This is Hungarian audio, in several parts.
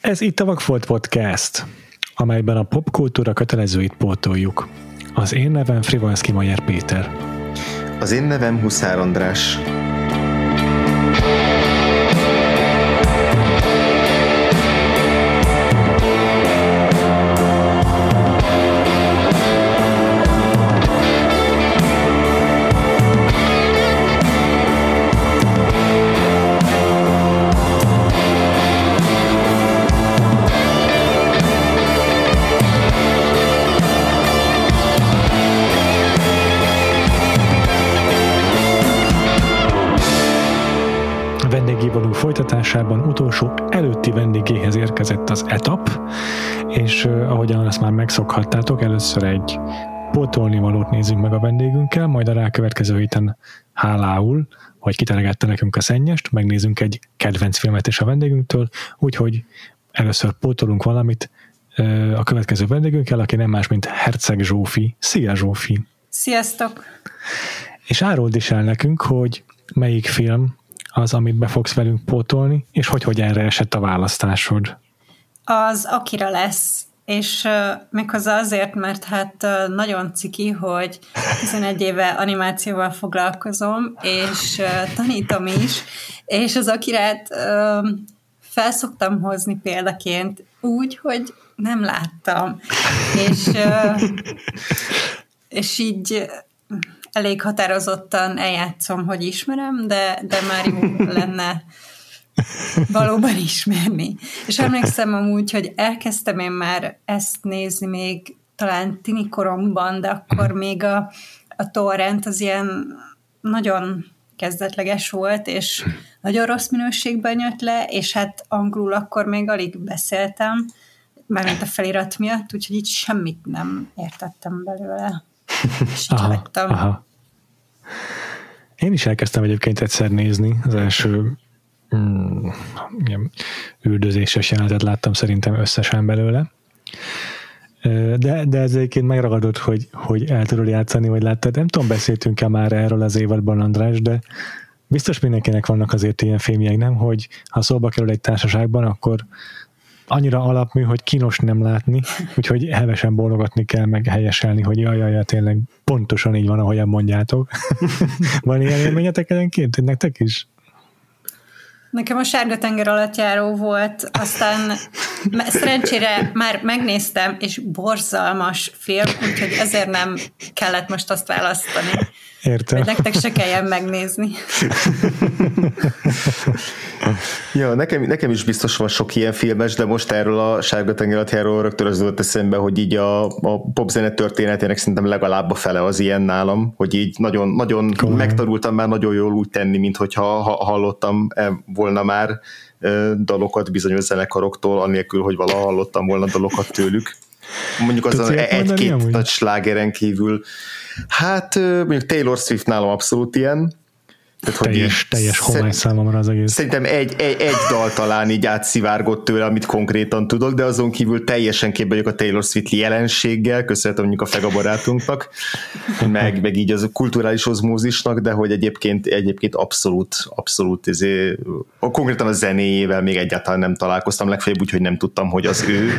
Ez itt a Vagfolt Podcast, amelyben a popkultúra kötelezőit pótoljuk. Az én nevem Frivalszky Mayer Péter. Az én nevem Huszár András. Folytatásában utolsó előtti vendégéhez érkezett az etap, és ahogyan azt már megszokhattátok, először egy pótolnivalót nézzünk meg a vendégünkkel, majd a rákövetkező héten hálául, hogy kiteregette nekünk a szennyest, megnézzünk egy kedvenc filmet is a vendégünktől, úgyhogy először pótolunk valamit a következő vendégünkkel, aki nem más, mint Herceg Zsófi. Szia Zsófi! Sziasztok! És árold is el nekünk, hogy melyik film az, amit be fogsz velünk pótolni, és hogy erre esett a választásod? Az Akira lesz, és méghozzá azért, mert hát nagyon ciki, hogy 11 éve animációval foglalkozom, és tanítom is, és az Akirát felszoktam hozni példaként úgy, hogy nem láttam. És így elég határozottan eljátszom, hogy ismerem, de már jó lenne valóban ismerni. És emlékszem amúgy, hogy elkezdtem én már ezt nézni még talán tini koromban, de akkor még a torrent az ilyen nagyon kezdetleges volt, és nagyon rossz minőségben jött le, és hát angolul akkor még alig beszéltem, mármint a felirat miatt, úgyhogy így semmit nem értettem belőle. És csalektam. Aha. Én is elkezdtem egyébként egyszer nézni, az első üldözéses jelenetet láttam szerintem összesen belőle. De ez egyébként megragadott, hogy el tudod játszani, vagy láttad. Nem tudom, beszéltünk-e már erről az évadban, András, de biztos mindenkinek vannak azért ilyen filmjek, nem? Hogy ha szóba kerül egy társaságban, akkor annyira alapmű, hogy kínos nem látni, úgyhogy hevesen bólogatni kell, meg helyeselni, hogy jaj, tényleg pontosan így van, ahogyan mondjátok. Van ilyen élményetek ellenként? Nektek is? Nekem a Sárga tenger alatt járó volt, aztán szerencsére már megnéztem, és borzalmas film, úgyhogy ezért nem kellett most azt választani. Értem. Hogy nektek se kelljen megnézni. Ja, nekem is biztos van sok ilyen filmes, de most erről a Sárga tenger alatt járóról rögtön az jutott eszembe, hogy így a popzene történetének szerintem legalább a fele az ilyen nálam, hogy így nagyon megtanultam már nagyon jól úgy tenni, mint hogyha hallottam volna már dalokat bizonyos zenekaroktól, annélkül, hogy valaha hallottam volna dalokat tőlük. Mondjuk azon egy-két nagy slágeren kívül. Hát mondjuk Taylor Swift nálam abszolút ilyen. Tehát, teljes homály számomra az egész. Szerintem egy dal talán így átszivárgott tőle, amit konkrétan tudok, de azon kívül teljesen képbe vagyok a Taylor Swift jelenséggel, köszönhetem mondjuk a Fega barátunknak, meg így az a kulturális ozmózisnak, de hogy egyébként abszolút konkrétan a zenéjével még egyáltalán nem találkoztam, legfeljebb úgy, hogy nem tudtam, hogy az ő.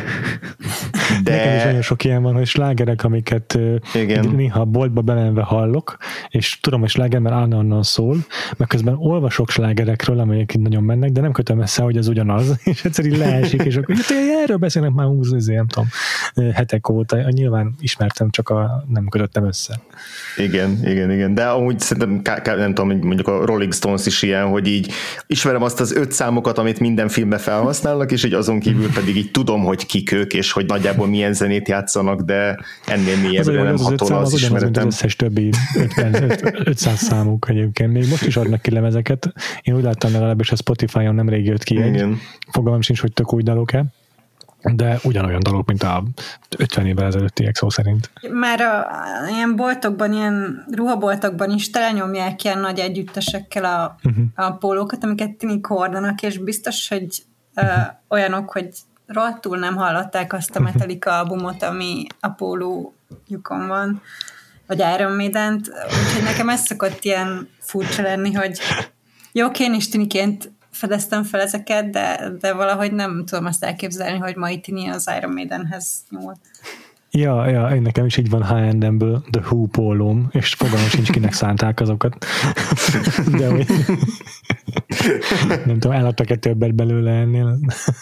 De nekem is nagyon sok ilyen van, hogy slágerek, amiket néha boltba bemenve hallok, és tudom, hogy sláger, mert onnan szól, meg közben olvasok slágerekről, amelyek nagyon mennek, de nem kötöm össze, hogy az ugyanaz, és egyszerűen leesik, és akkor erről beszélnek már nem tudom, hetek óta. Nyilván ismertem, csak nem kötöttem össze. Igen, de amúgy szerintem nem tudom, mondjuk a Rolling Stones is ilyen, hogy így ismerem azt az 5 számokat, amit minden filmben felhasználnak, és így azon kívül pedig így tudom, hogy kik ők, és hogy nagyjából milyen zenét játszanak, de ennél mélyebbre nem hatol az ismeretem. Az összes többi 500 számuk egyébként. Még most is adnak ki lemezeket. Én úgy láttam legalábbis a Spotify-on nemrég jött ki egy. Fogalmam sincs, hogy tök új dalok-e, de ugyanolyan dalok, mint a 50 évvel ezelőttiek szó szerint. Már ilyen boltokban, ilyen ruhaboltokban is telenyomják ilyen nagy együttesekkel a pólókat, amiket tinik hordanak, és biztos, hogy olyanok, hogy rohadtul nem hallották azt a Metallica albumot, ami a pólójukon van, vagy Iron Maident, úgyhogy nekem ez szokott ilyen furcsa lenni, hogy jó, én is tiniként fedeztem fel ezeket, de valahogy nem tudom azt elképzelni, hogy mai Tini az Iron Maidenhez nyúl. Ja, én nekem is így van H&M-ből The Who pólóm, és fogalmam sincs, kinek szánták azokat. De hogy nem tudom, eladtak-e többet belőle ennél.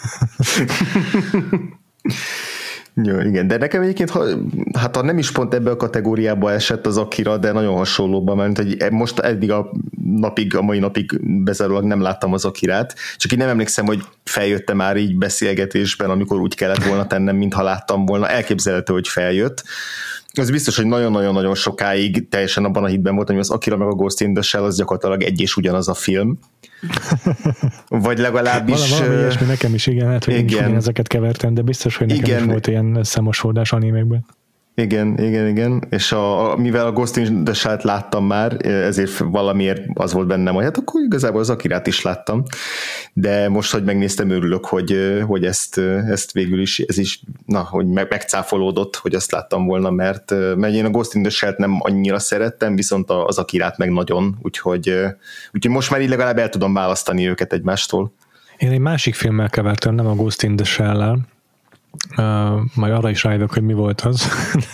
Jó, igen, de nekem egyébként, ha nem is pont ebbe a kategóriába esett az Akira, de nagyon hasonlóban, mert hogy most eddig a mai napig bezárólag nem láttam az Akirát, csak így nem emlékszem, hogy feljött már így beszélgetésben, amikor úgy kellett volna tennem, mintha láttam volna. Elképzelhető, hogy feljött. Az biztos, hogy nagyon-nagyon-nagyon sokáig teljesen abban a hitben voltam, hogy az Akira meg a Ghost in the Shell az gyakorlatilag egy és ugyanaz a film. Vagy legalábbis... Valami ilyesmi nekem is, igen, hát, hogy én ezeket kevertem, de biztos, hogy nekem is volt ilyen összemosódás animékben. Igen, és mivel a Ghost in the Shell-t láttam már, ezért valamiért az volt bennem, hogy hát akkor igazából az Akirát is láttam, de most, hogy megnéztem, örülök, hogy ezt végül is, ez is, hogy megcáfolódott, hogy azt láttam volna, mert én a Ghost in the Shell-t nem annyira szerettem, viszont az Akirát meg nagyon, úgyhogy most már így legalább el tudom választani őket egymástól. Én egy másik filmmel kevertem, nem a Ghost in the Shell-lel, majd arra is rájövök, hogy mi volt az.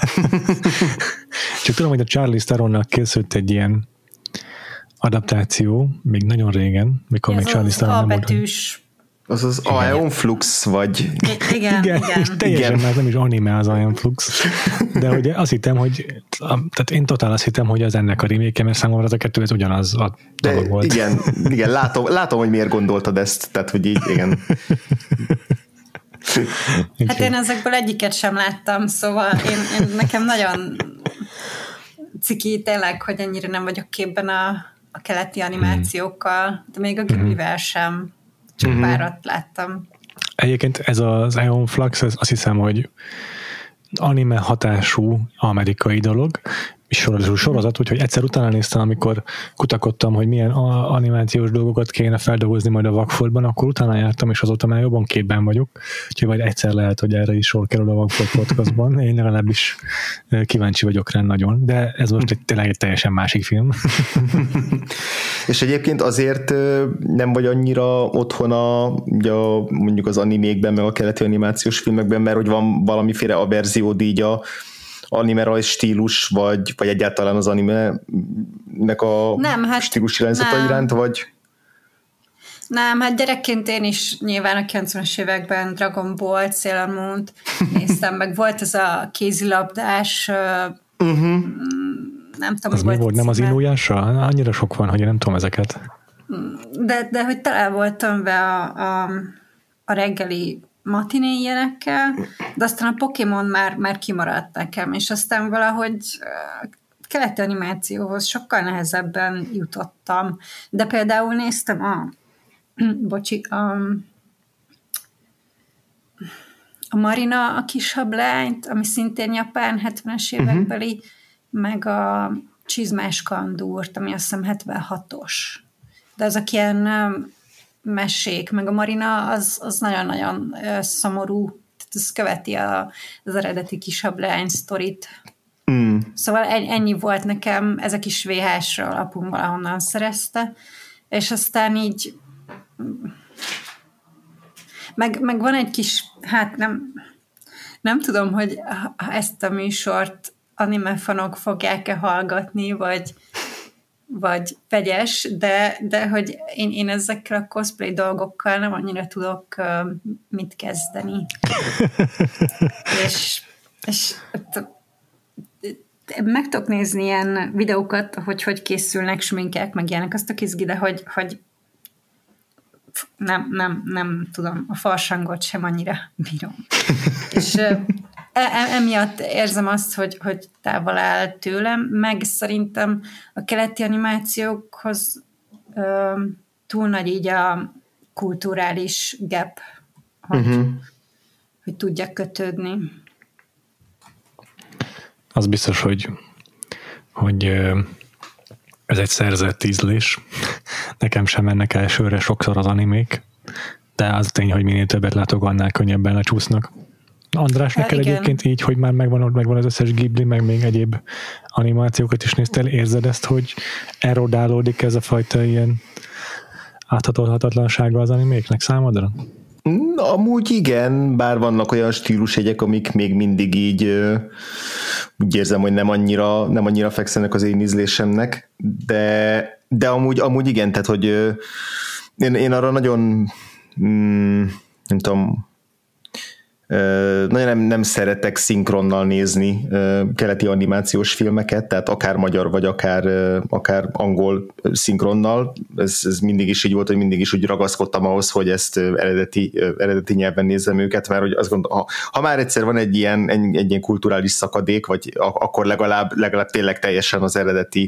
Csak tudom, hogy a Charlize Theronnal készült egy ilyen adaptáció, még nagyon régen, mikor még Charlize Theron nem volt. Az az Aeon Flux, vagy... Igen. Teljesen már nem is anime az Aeon Flux. De hogy azt hittem, hogy tehát én totál azt hittem, hogy az ennek a remake, mert számomra az a kettő, ez ugyanaz a dolog volt. Igen, látom, hogy miért gondoltad ezt, tehát hogy így, igen. Hát én ezekből egyiket sem láttam, szóval én nekem nagyon ciki tényleg, hogy ennyire nem vagyok képben a keleti animációkkal, de még a Ghiblivel sem, csak párat láttam. Egyébként ez az Aeon Flux, azt hiszem, hogy anime hatású amerikai dolog, és sorozat, úgyhogy egyszer utána néztem, amikor kutakodtam, hogy milyen animációs dolgokat kéne feldolgozni majd a Vagfoltban, akkor utána jártam, és azóta már jobban képben vagyok, úgyhogy majd egyszer lehet, hogy erre is sor kerül a Vagfolt podcastban. Én legalábbis kíváncsi vagyok rá nagyon, de ez most tényleg egy teljesen másik film. És egyébként azért nem vagy annyira otthon mondjuk az animékben, meg a keleti animációs filmekben, mert hogy van valamiféle averziód így a anime rajz stílus, vagy egyáltalán az anime-nek a stílus irányzata iránt, vagy? Nem, hát gyerekként én is nyilván a 90-es években Dragon Ball, Sailor Moon-t néztem, meg volt ez a kézilabdás, nem tudom, az mi volt, nem az Inuyasha? Annyira sok van, hogy én nem tudom ezeket. De hogy talán voltam be a reggeli matiné ilyenekkel, de aztán a Pokémon már kimaradt nekem, és aztán valahogy keleti animációhoz sokkal nehezebben jutottam. De például néztem a Marina, a kis hablányt, ami szintén japán 70-es évekbeli, meg a Csizmás Kandúrt, ami azt hiszem 76-os. De azok ilyen mesék, meg a Marina az nagyon-nagyon szomorú, tehát ez követi az eredeti kis hablány sztorit. Szóval ennyi volt nekem, ez a kis VHS-ről apum valahonnan szerezte, és aztán így meg van egy kis, hát nem tudom, hogy ezt a műsort animefanok fogják-e hallgatni, vagy vegyes, de hogy én ezekkel a cosplay dolgokkal nem annyira tudok mit kezdeni. és meg tudok nézni ilyen videókat, hogy készülnek sminkek, meg ilyenek, azt a kizgi, de hogy nem tudom, a farsangot sem annyira bírom. És emiatt érzem azt, hogy távol áll tőlem, meg szerintem a keleti animációkhoz túl nagy így a kulturális gap, hogy tudjak kötődni. Az biztos, hogy ez egy szerzett ízlés. Nekem sem mennek elsőre sokszor az animék, de az tény, hogy minél többet látok, annál könnyebben lecsúsznak. András, neked egyébként így, hogy már megvan az összes Ghibli, meg még egyéb animációkat is néztél, érzed ezt, hogy erodálódik ez a fajta ilyen áthatolhatatlansága az animéknek számodra? Amúgy igen, bár vannak olyan stílusjegyek, amik még mindig így úgy érzem, hogy nem annyira fekszenek az én ízlésemnek, de amúgy igen, tehát hogy én arra nagyon nem tudom, nagyon nem szeretek szinkronnal nézni keleti animációs filmeket, tehát akár magyar, vagy akár angol szinkronnal. Ez mindig is így volt, hogy mindig is úgy ragaszkodtam ahhoz, hogy ezt eredeti nyelven nézzem őket, mert hogy azt gondolom, ha már egyszer van egy ilyen kulturális szakadék, vagy akkor legalább tényleg teljesen az eredeti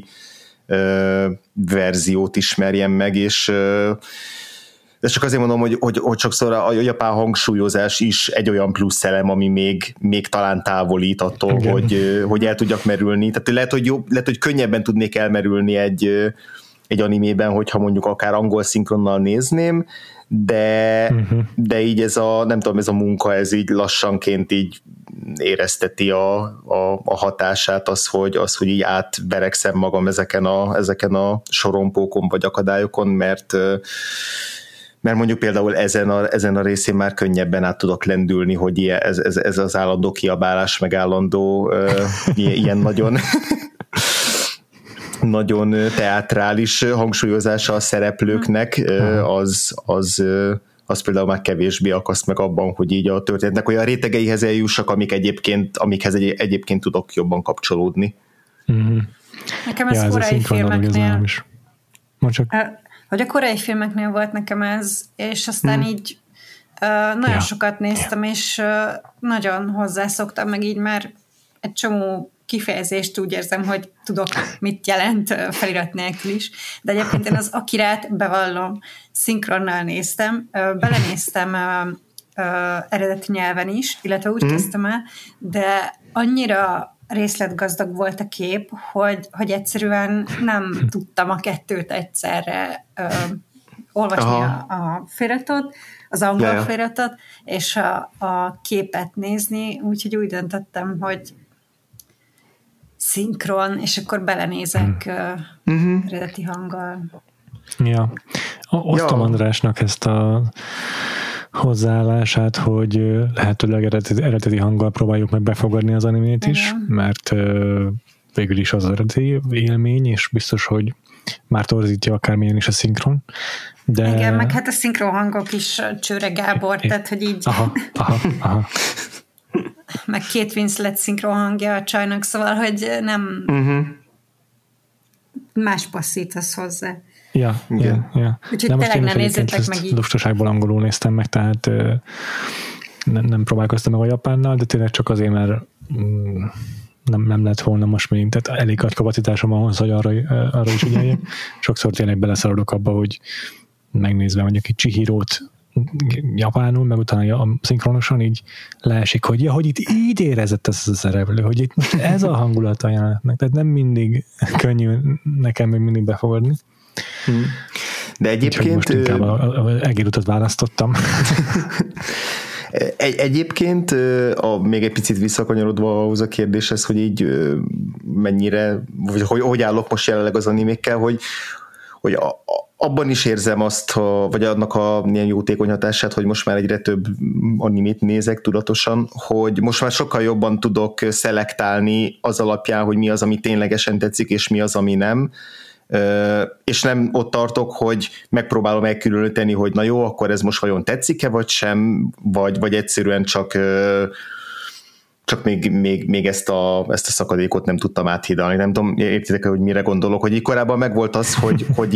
verziót ismerjem meg, és de csak azért mondom, hogy sokszor a japán hangsúlyozás is egy olyan plusz elem, ami még talán távolít attól, hogy el tudjak merülni. Tehát lehet, hogy könnyebben tudnék elmerülni egy animében, hogyha mondjuk akár angol szinkronnal nézném, de így ez a munka, ez így lassanként így érezteti a hatását, az, hogy így átberegszem magam ezeken a sorompókon vagy akadályokon, mert mondjuk például ezen a részén már könnyebben át tudok lendülni, hogy ez az állandó kiabálás, meg állandó ilyen nagyon nagyon teátrális hangsúlyozása a szereplőknek, az például már kevésbé akaszt meg abban, hogy így a történetnek olyan rétegeihez eljussak, amikhez egyébként tudok jobban kapcsolódni. Mm-hmm. Nekem ez korai filmeknél hogy a korai filmeknél volt nekem ez, és aztán így nagyon sokat néztem, és nagyon hozzászoktam, meg így már egy csomó kifejezést úgy érzem, hogy tudok, mit jelent felirat nélkül is, de egyébként én az Akirát, bevallom, szinkronnal néztem, belenéztem eredeti nyelven is, illetve úgy kezdtem el, de annyira részletgazdag volt a kép, hogy egyszerűen nem tudtam a kettőt egyszerre olvasni a feliratot, az angol feliratot, és a képet nézni, úgyhogy úgy döntöttem, hogy szinkron, és akkor belenézek eredeti hanggal. Ja. Osztom Andrásnak ezt a hozzáállását, hogy lehetőleg eredeti hanggal próbáljuk meg befogadni az animét is, mert végül is az eredeti élmény, és biztos, hogy már torzítja akármilyen is a szinkron. De... Igen, meg hát a szinkron hangok is Csőre Gábor, tehát hogy így... Aha. meg Kate Winslet szinkron hangja a csajnak, szóval, hogy nem más passzítasz hozzá. Ja. Úgyhogy tényleg ne nézzétek meg így. Lustaságból angolul néztem meg, tehát nem próbálkoztam meg a japánnal, de tényleg csak azért, mert nem lett volna most még, tehát elég nagy kapacitásom ahhoz, hogy arra is ügyeljek. Sokszor tényleg beleszaladok abba, hogy megnézve mondjuk egy Chihirót japánul, meg utána a szinkronosan így leesik, hogy itt így érezett ez a szereplő, hogy itt most ez a hangulata jelenetnek, tehát nem mindig könnyű nekem még mindig befogadni. De egyébként... Most inkább az egérutat választottam. Egyébként még egy picit visszakanyarodva ahhoz a kérdéshez, hogy így mennyire, vagy hogy állok most jelenleg az animékkel, hogy abban is érzem azt, vagy annak a ilyen jótékony hatását, hogy most már egyre több animét nézek tudatosan, hogy most már sokkal jobban tudok szelektálni az alapján, hogy mi az, ami ténylegesen tetszik, és mi az, ami nem. És nem ott tartok, hogy megpróbálom elkülöníteni, hogy na jó, akkor ez most vajon tetszik-e, vagy sem, vagy egyszerűen csak még ezt a szakadékot nem tudtam áthidalni. Nem tudom, értitek, hogy mire gondolok, hogy így korábban megvolt az, hogy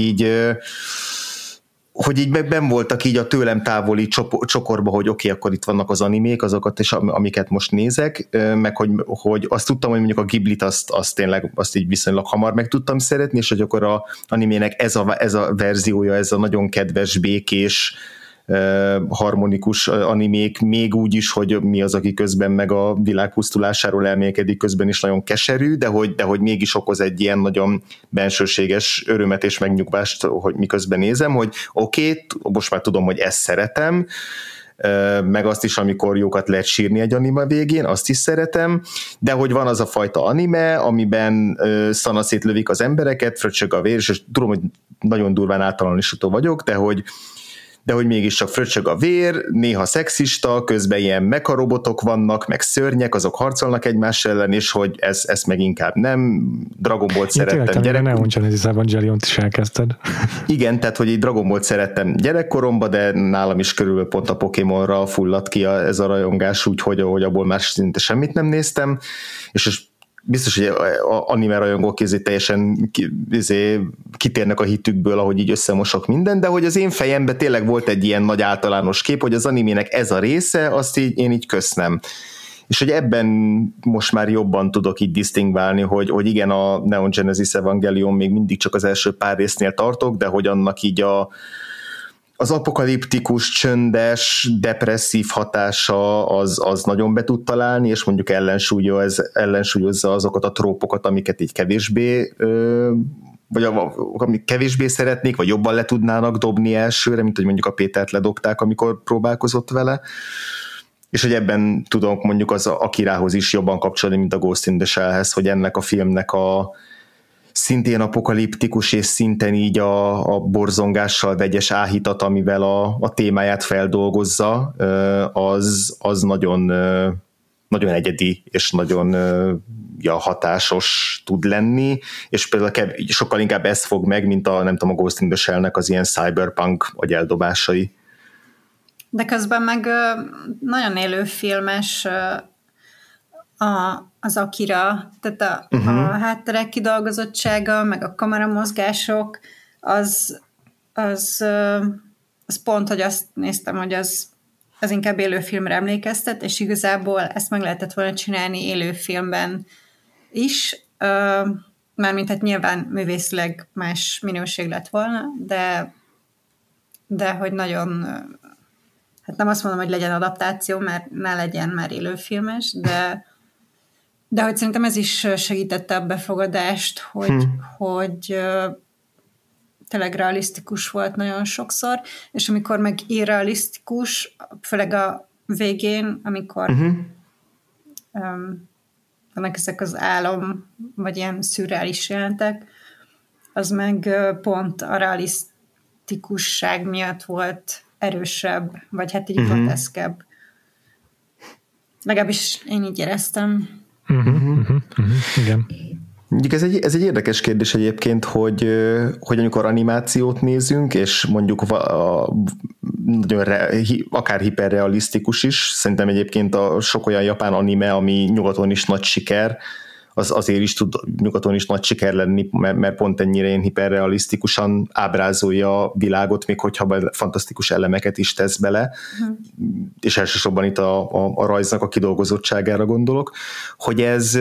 így benn voltak így a tőlem távoli csokorba, hogy oké, akkor itt vannak az animék, azokat is, amiket most nézek, meg hogy azt tudtam, hogy mondjuk a Ghiblit azt tényleg azt így viszonylag hamar meg tudtam szeretni, és hogy akkor a animének ez a verziója, ez a nagyon kedves, békés, harmonikus animék, még úgy is, hogy mi az, aki közben meg a világ pusztulásáról elmélkedik, közben is nagyon keserű, de hogy mégis okoz egy ilyen nagyon bensőséges örömet és megnyugvást, hogy miközben nézem, hogy oké, most már tudom, hogy ezt szeretem, meg azt is, amikor jókat lehet sírni egy anime végén, azt is szeretem, de hogy van az a fajta anime, amiben szanaszét lövik az embereket, fröccsög a vér, és tudom, hogy nagyon durván általánosító vagyok, de hogy mégiscsak fröccsög a vér, néha szexista, közben ilyen mecharobotok vannak, meg szörnyek, azok harcolnak egymás ellen, és hogy ezt meg inkább nem. Dragon Ball-t szerettem gyerekkoromban. Ne Genesis Evangeliont is elkezdted. Igen, tehát hogy egy Dragon Ball-t szerettem gyerekkoromban, de nálam is körülbelül pont a Pokémonra fulladt ki ez a rajongás, úgyhogy abból már szinte semmit nem néztem, és biztos, hogy anime rajongók teljesen kitérnek a hitükből, ahogy így összemosok minden, de hogy az én fejemben tényleg volt egy ilyen nagy általános kép, hogy az animének ez a része, azt én így kösznem. És hogy ebben most már jobban tudok így disztingválni, hogy igen, a Neon Genesis Evangelion még mindig csak az első pár résznél tartok, de hogy annak így az apokaliptikus, csöndes, depresszív hatása az nagyon be tud találni, és mondjuk ellensúlyozza azokat a trópokat, amiket így kevésbé vagy amik kevésbé szeretnék, vagy jobban le tudnának dobni elsőre, mint hogy mondjuk a Pétert ledobták, amikor próbálkozott vele. És hogy ebben tudok mondjuk az Akirához is jobban kapcsolni, mint a Ghost in the Shellhez, hogy ennek a filmnek a szintén apokaliptikus és szinten így a borzongással vegyes áhítat, amivel a témáját feldolgozza, az nagyon, nagyon egyedi és nagyon hatásos tud lenni, és például sokkal inkább ez fog meg, mint a Ghost in the Shell-nek az ilyen cyberpunk agyeldobásai. De közben meg nagyon élőfilmes az Akira, tehát a hátterek kidolgozottsága, meg a kameramozgások, az pont, hogy azt néztem, hogy az inkább élőfilmre emlékeztet, és igazából ezt meg lehetett volna csinálni élőfilmben is, mármint hát nyilván művészileg más minőség lett volna, de hogy nagyon, hát nem azt mondom, hogy legyen adaptáció, mert ne legyen már élőfilmes, de hogy szerintem ez is segítette a befogadást, hogy tényleg realisztikus volt nagyon sokszor, és amikor meg irrealisztikus, főleg a végén, amikor vannak ezek az álom, vagy ilyen szürreális jelentek, az meg pont a realisztikusság miatt volt erősebb, vagy hát így groteszkebb. Legalábbis én így éreztem. Igen. Ez egy érdekes kérdés egyébként, hogy amikor animációt nézünk, és mondjuk nagyon akár hiperrealisztikus is, szerintem egyébként a sok olyan japán anime, ami nyugaton is nagy siker, az azért is tud nyugaton is nagy siker lenni, mert pont ennyire ilyen hiperrealisztikusan ábrázolja a világot, még hogyha fantasztikus elemeket is tesz bele, és elsősorban itt a rajznak a kidolgozottságára gondolok, hogy ez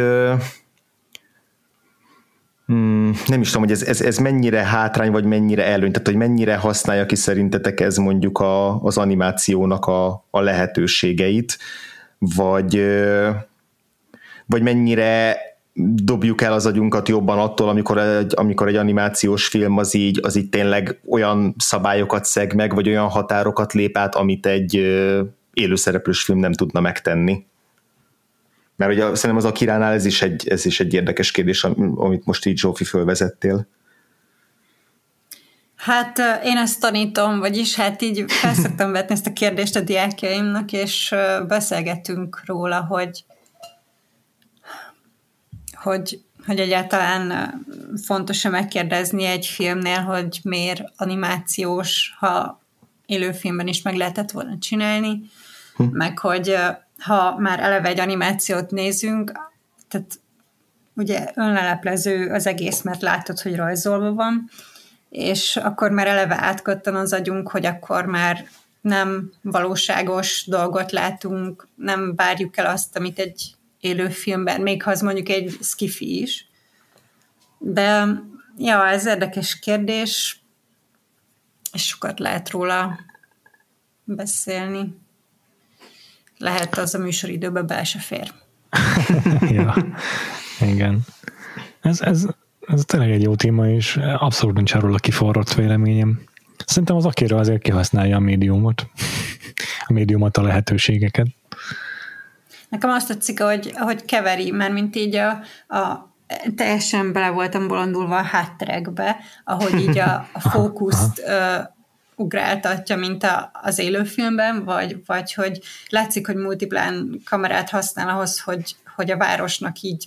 nem is tudom, hogy ez mennyire hátrány, vagy mennyire előny, tehát hogy mennyire használja ki szerintetek ez mondjuk az animációnak a lehetőségeit, vagy mennyire dobjuk el az agyunkat jobban attól, amikor egy animációs film az így tényleg olyan szabályokat szeg meg, vagy olyan határokat lép át, amit egy élőszereplős film nem tudna megtenni. Mert ugye szerintem az Akiránál ez is egy érdekes kérdés, amit most így Zsófi fölvezettél. Hát én ezt tanítom, vagyis hát így felszoktam vetni ezt a kérdést a diákjaimnak, és beszélgetünk róla, hogy egyáltalán fontos-e megkérdezni egy filmnél, hogy miért animációs, ha élőfilmben is meg lehetett volna csinálni, meg hogy ha már eleve egy animációt nézünk, tehát ugye önleleplező az egész, mert látod, hogy rajzolva van, és akkor már eleve átkattan az agyunk, hogy akkor már nem valóságos dolgot látunk, nem várjuk el azt, amit egy élőfilmben, még ha az mondjuk egy skifi is. De ja, ez érdekes kérdés, és sokat lehet róla beszélni. Lehet az a műsoridőbe be se fér. Ja, igen. Ez tényleg egy jó téma, és abszolút nincs arról a kiforrott véleményem. Szerintem az Akira azért kihasználja a médiumot. a médiumot, a lehetőségeket. Nekem azt tetszik, hogy keveri, mert mint így a teljesen bele voltam bolondulva a hátterekbe, ahogy így a fókuszt ugráltatja, mint az élőfilmben, vagy hogy látszik, hogy multiplán kamerát használ ahhoz, hogy a városnak így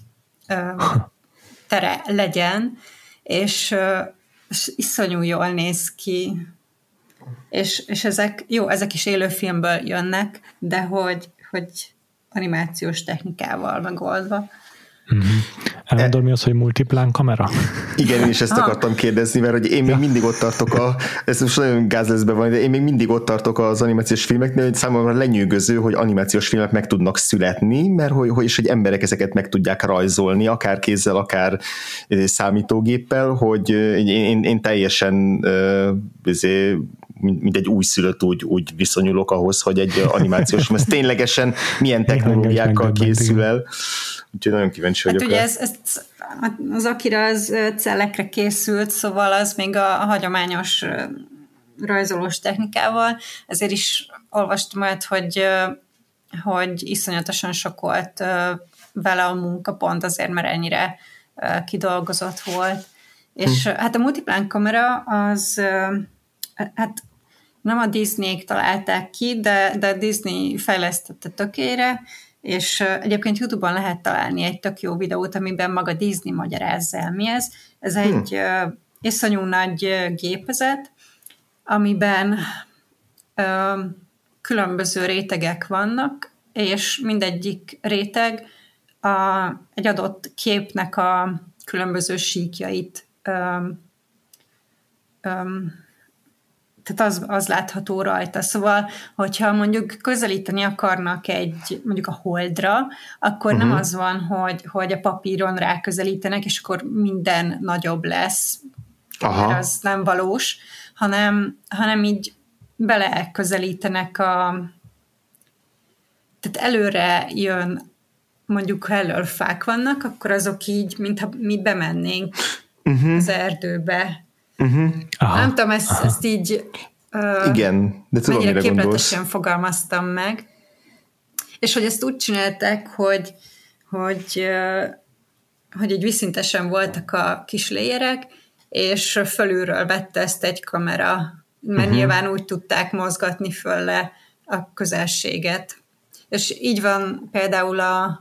tere legyen, és iszonyú jól néz ki. És ezek is élőfilmből jönnek, de hogy animációs technikával megoldva. Elmondod, mi az, hogy multiplán kamera? Igen, én is ezt akartam kérdezni, mert hogy én még mindig ott tartok ez most nagyon gázleszbe van, de én még mindig ott tartok az animációs filmeknél, hogy számomra lenyűgöző, hogy animációs filmek meg tudnak születni, mert hogy emberek ezeket meg tudják rajzolni, akár kézzel, akár számítógéppel, hogy én teljesen mint egy újszülött úgy viszonyulok ahhoz, hogy egy animációs film, ez ténylegesen milyen technológiákkal készül el. Úgyhogy nagyon kíváncsi vagyok. Hát ugye az Akira az cellekre készült, szóval az még a hagyományos rajzolós technikával, ezért is olvastam olyat, hogy iszonyatosan sok volt vele a munka, pont azért, mert ennyire kidolgozott volt. És hát a multiplán kamera az hát nem a Disney-k találták ki, de Disney fejlesztette tökére, és egyébként YouTube-on lehet találni egy tök jó videót, amiben maga Disney magyarázza el, mi ez. Ez egy iszonyú nagy gépezet, amiben különböző rétegek vannak, és mindegyik réteg egy adott képnek a különböző síkjait tehát az látható rajta. Szóval, hogyha mondjuk közelíteni akarnak mondjuk a Holdra, akkor nem az van, hogy a papíron ráközelítenek, és akkor minden nagyobb lesz, mert az nem valós, hanem így beleközelítenek tehát előre jön, mondjuk ha elől fák vannak, akkor azok így, mintha mi bemennénk az erdőbe. Nem tudom, ezt így igen, de tudom, mennyire mire képletesen fogalmaztam meg. És hogy ezt úgy csinálták, hogy így viszintesen voltak a kis léjerek, és fölülről vette ezt egy kamera, mert nyilván úgy tudták mozgatni föl le a közelséget. És így van például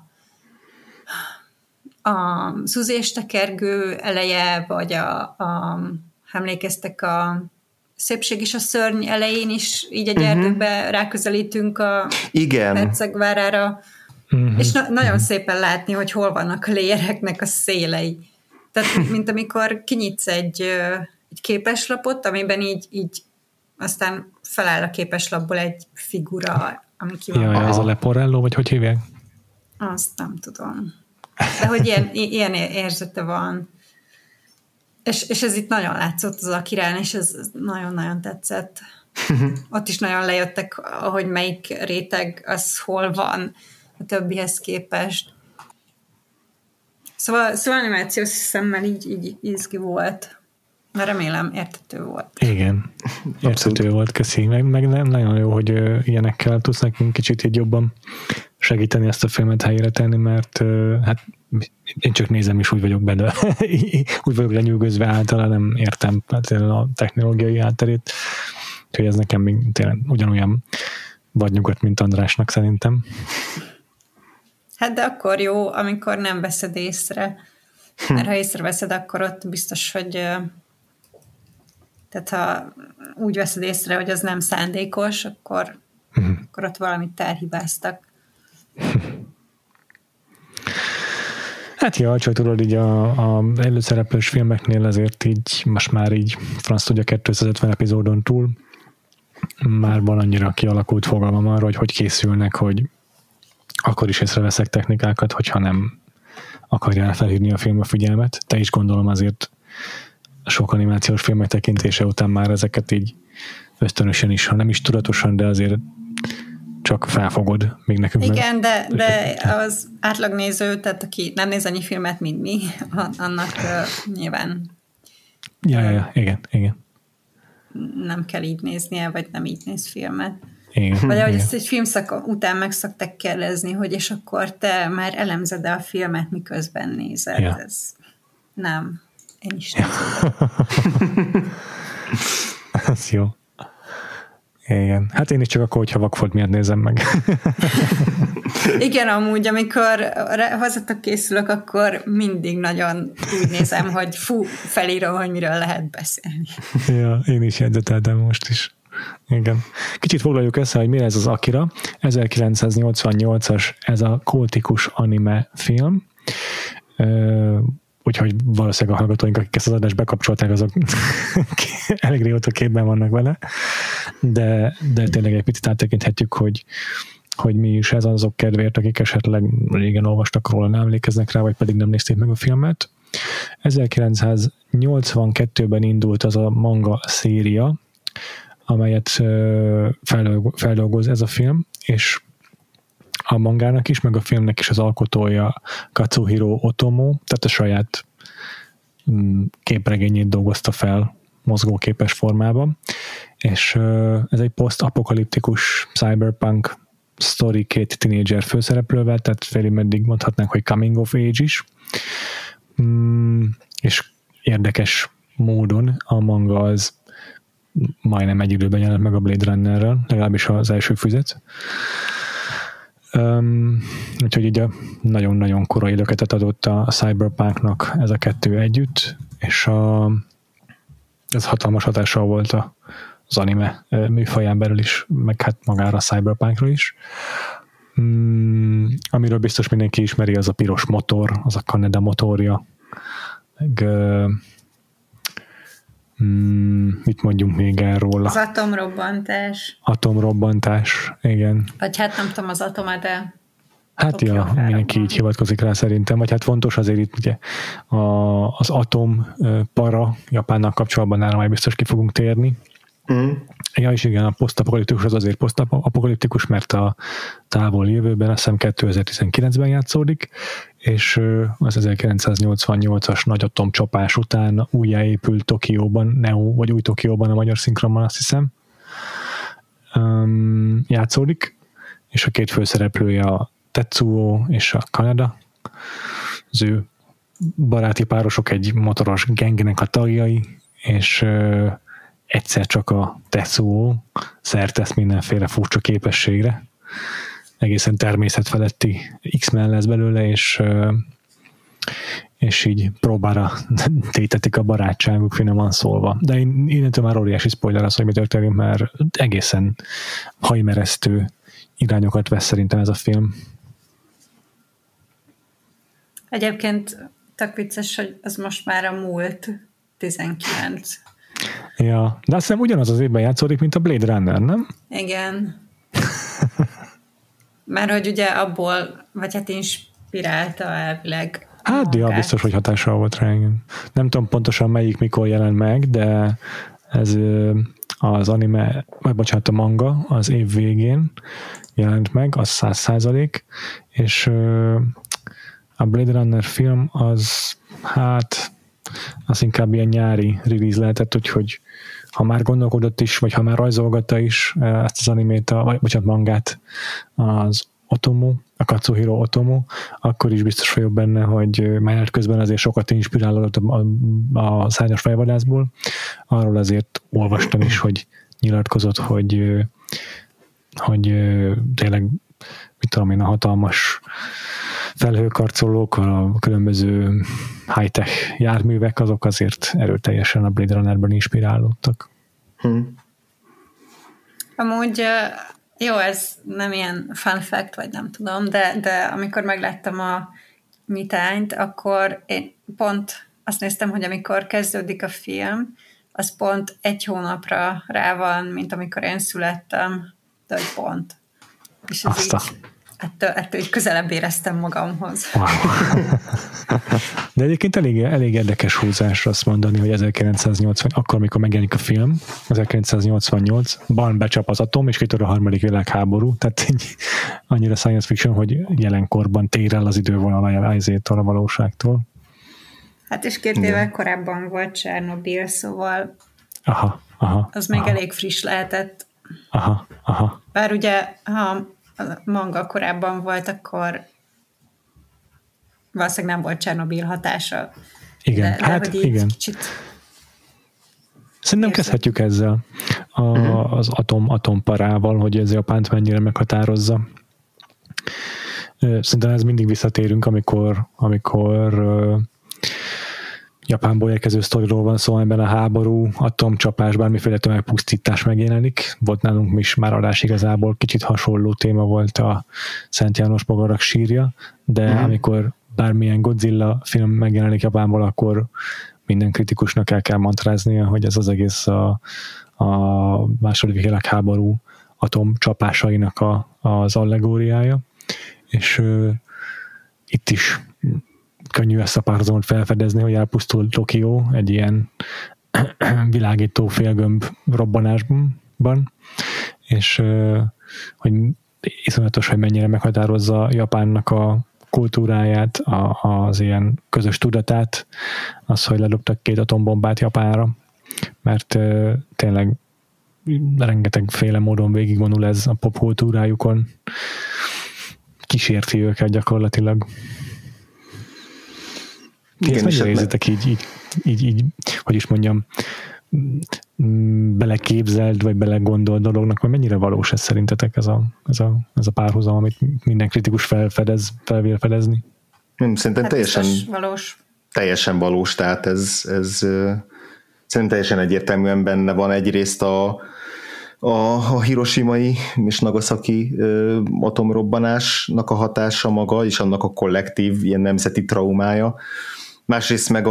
a Suzy és tekergő eleje, vagy emlékeztek a Szépség és a szörny elején is így egy erdőbe ráközelítünk a hercegvárára, és nagyon szépen látni, hogy hol vannak a léjereknek a szélei. Tehát, mint amikor kinyitsz egy képeslapot, amiben így aztán feláll a képeslapból egy figura, ami ki van. Jaj, az a Leporello, vagy hogy hívják? Azt nem tudom. De hogy ilyen érzete van. És ez itt nagyon látszott az Akirán, és ez nagyon-nagyon tetszett. Ott is nagyon lejöttek, hogy melyik réteg az hol van a többihez képest. Szóval animációs szemmel így izgi volt. De remélem érthető volt. Igen, érthető volt, köszi. Meg nagyon jó, hogy ilyenekkel tudsz nekünk kicsit így jobban segíteni ezt a filmet helyére tenni, mert hát én csak nézem, és úgy vagyok benne. Úgy vagyok lenyűgözve általa, nem értem a technológiai hátterét. Úgyhogy ez nekem még tényleg ugyanolyan vadnyugat, mint Andrásnak szerintem. Hát de akkor jó, amikor nem veszed észre. Mert ha észreveszed, akkor ott biztos, hogy tehát ha úgy veszed észre, hogy az nem szándékos, akkor ott valamit elhibáztak. Hát ja, csak tudod, így a előszereplős filmeknél azért így, most már így franc tudja 250 epizódon túl, már van annyira kialakult fogalmam arra, hogy készülnek, hogy akkor is észreveszek technikákat, hogyha nem akarja felhívni a film a figyelmet. Te is gondolom azért sok animációs filmek tekintése után már ezeket így ösztönösen is, ha nem is tudatosan, de azért csak felfogod még nekünk. Igen, de az átlagnéző, tehát aki nem néz annyi filmet, mint mi, annak nyilván Ja, igen. nem kell így néznie, vagy nem így néz filmet. Igen. Vagy ahogy ezt egy filmszak után meg szokták kérdezni, hogy és akkor te már elemzed-e a filmet, miközben nézed? Ja. Ez nem. Én is nem tudom. Ez jó. Igen. Hát én is csak akkor, hogyha Vakfolt miatt nézem meg. Igen, amúgy, amikor hazatok készülök, akkor mindig nagyon úgy nézem, hogy felírom, hogy miről lehet beszélni. Ja, én is jegyzeteltem most is. Igen. Kicsit foglaljuk össze, hogy mi ez az Akira. 1988-as ez a kultikus anime film. Úgyhogy valószínűleg a hallgatóink, akik ezt az adást bekapcsolták, azok elég régóta képben vannak vele, de tényleg egy picit áttekinthetjük, hogy mi is ez azok kedvéért, akik esetleg régen olvastak róla, nem emlékeznek rá, vagy pedig nem nézték meg a filmet. 1982-ben indult az a manga széria, amelyet feldolgoz ez a film, és a mangának is, meg a filmnek is az alkotója Katsuhiro Otomo, tehát a saját képregényét dolgozta fel mozgóképes formában, és ez egy post-apokaliptikus cyberpunk sztori két tínédzser főszereplővel, tehát félig meddig mondhatnánk, hogy coming of age is, és érdekes módon a manga az majdnem egy időben jelent meg a Blade Runnerrel, legalábbis az első füzet. Úgyhogy így a nagyon-nagyon korai löketet adott a Cyberpunknak ez a kettő együtt, és ez hatalmas hatással volt az anime műfaján belül is, meg hát magára a Cyberpunkra is. Amiről biztos mindenki ismeri, az a piros motor, az a Kaneda motorja, meg mit mondjunk még erről? Az atomrobbantás. Atomrobbantás, igen. Vagy hát nem tudom, az atoma, de hát ja, mindenki így hivatkozik rá szerintem, vagy hát fontos azért itt ugye az atom para Japánnak kapcsolatban nálam majd biztos ki fogunk térni. Ja, és igen, a posztapokaliptikus az azért posztapokaliptikus, mert a távol jövőben, azt hiszem 2019-ben játszódik, és az 1988-as nagy atomcsapás után újjáépült Tokióban, Neo, vagy új Tokióban a magyar szinkronban, azt hiszem, játszódik, és a két főszereplője a Tetsuo és a Kaneda. Az ő baráti párosok egy motoros gengnek a tagjai, és egyszer csak a Tetsuo szert tesz mindenféle furcsa képességre. Egészen természetfeletti X-Men lesz belőle, és így próbára tétetik a barátságuk, finoman szólva. De innentől már óriási spoiler az, hogy mi történik, mert egészen hajmeresztő irányokat vesz szerintem ez a film. Egyébként tök vicces, hogy az most már a múlt 19. Ja, de azt hiszem ugyanaz az évben játszódik, mint a Blade Runner, nem? Igen. Mert hogy ugye abból, vagy hát inspirálta elvileg. Hát, ja, biztos, hogy hatással volt rá, igen. Nem tudom pontosan melyik mikor jelent meg, de ez az anime, vagy bocsánat, a manga az év végén jelent meg, az 100%, és a Blade Runner film az, hát az inkább ilyen nyári release lehetett, úgyhogy ha már gondolkodott is, vagy ha már rajzolgatta is ezt az animét, vagy bocsánat, mangát az Otomo, a Katsuhiro Otomo, akkor is biztos vagyok benne, hogy menet közben azért sokat inspirálódott a Szárnyas fejvadászból. Arról azért olvastam is, hogy nyilatkozott, hogy tényleg, mit tudom én, a hatalmas felhőkarcolók, a különböző high-tech járművek, azok azért erőteljesen a Blade Runnerben inspirálódtak. Amúgy jó, ez nem ilyen fun fact, vagy nem tudom, de amikor megláttam a mitányt, akkor én pont azt néztem, hogy amikor kezdődik a film, az pont egy hónapra rá van, mint amikor én születtem, de hogy pont. És ez így, ettől így közelebb éreztem magamhoz. Wow. De egyébként elég érdekes húzás azt mondani, hogy 1980, akkor, amikor megjelenik a film, 1988-ban becsap az atom, és kitör a harmadik világháború, tehát így annyira science fiction, hogy jelenkorban tér el az idővonal a valóságtól. Hát és 2 évvel korábban volt Csernobil, szóval aha, az még elég friss lehetett. Aha. Bár ugye, ha a manga korábban volt, akkor valószínűleg nem volt Csernobil hatása. Igen, de hogy igen. Kicsit szerintem kezdhetjük ezzel az atomparával, hogy ez Japánt mennyire meghatározza. Szerintem ez mindig visszatérünk, amikor Japánból érkező sztoriról van szó, amiben a háború, atomcsapás, bármiféle tömegpusztítás megjelenik. Volt nálunk is már adás igazából, kicsit hasonló téma volt a Szent János Bogarak sírja, de amikor bármilyen Godzilla film megjelenik Japánból, akkor minden kritikusnak el kell mantráznia, hogy ez az egész a második világháború atomcsapásainak az allegóriája. És itt is könnyű ezt a párhuzamot felfedezni, hogy elpusztul Tokió egy ilyen világító félgömb robbanásban, és hogy iszonyatos, hogy mennyire meghatározza Japánnak a kultúráját, az ilyen közös tudatát, az, hogy ledobtak 2 atombombát Japánra, mert tényleg rengetegféle módon végigvonul ez a popkultúrájukon, kísérti őket gyakorlatilag. Igen, mennyire érzitek így, hogy is mondjam, beleképzeld, vagy belegondolt dolognak, vagy mennyire valós ez szerintetek ez a párhuzam, amit minden kritikus felvél fedezni? Szerintem teljesen valós, tehát ez szerintem teljesen egyértelműen benne van egyrészt a hiroshimai és nagasaki atomrobbanásnak a hatása maga, és annak a kollektív ilyen nemzeti traumája. Másrészt meg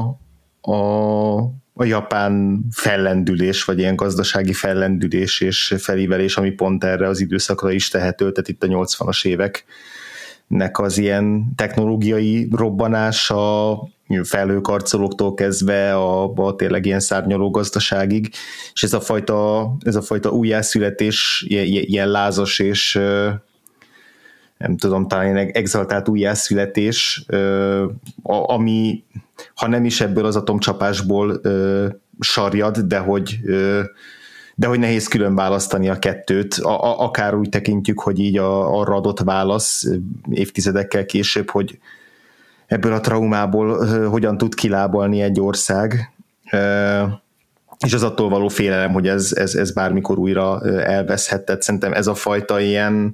a japán fellendülés, vagy ilyen gazdasági fellendülés és felívelés, ami pont erre az időszakra is tehető, tehát itt a 80-as éveknek az ilyen technológiai robbanása, felhőkarcolóktól kezdve a tényleg ilyen szárnyaló gazdaságig, és ez a fajta újjászületés, ilyen lázas és nem tudom, talán ilyen exaltált újjászületés, ami ha nem is ebből az atomcsapásból sarjad, de hogy nehéz külön választani a kettőt, akár úgy tekintjük, hogy így arra adott válasz évtizedekkel később, hogy ebből a traumából hogyan tud kilábalni egy ország, és az attól való félelem, hogy ez bármikor újra elveszhet. Tehát szerintem ez a fajta ilyen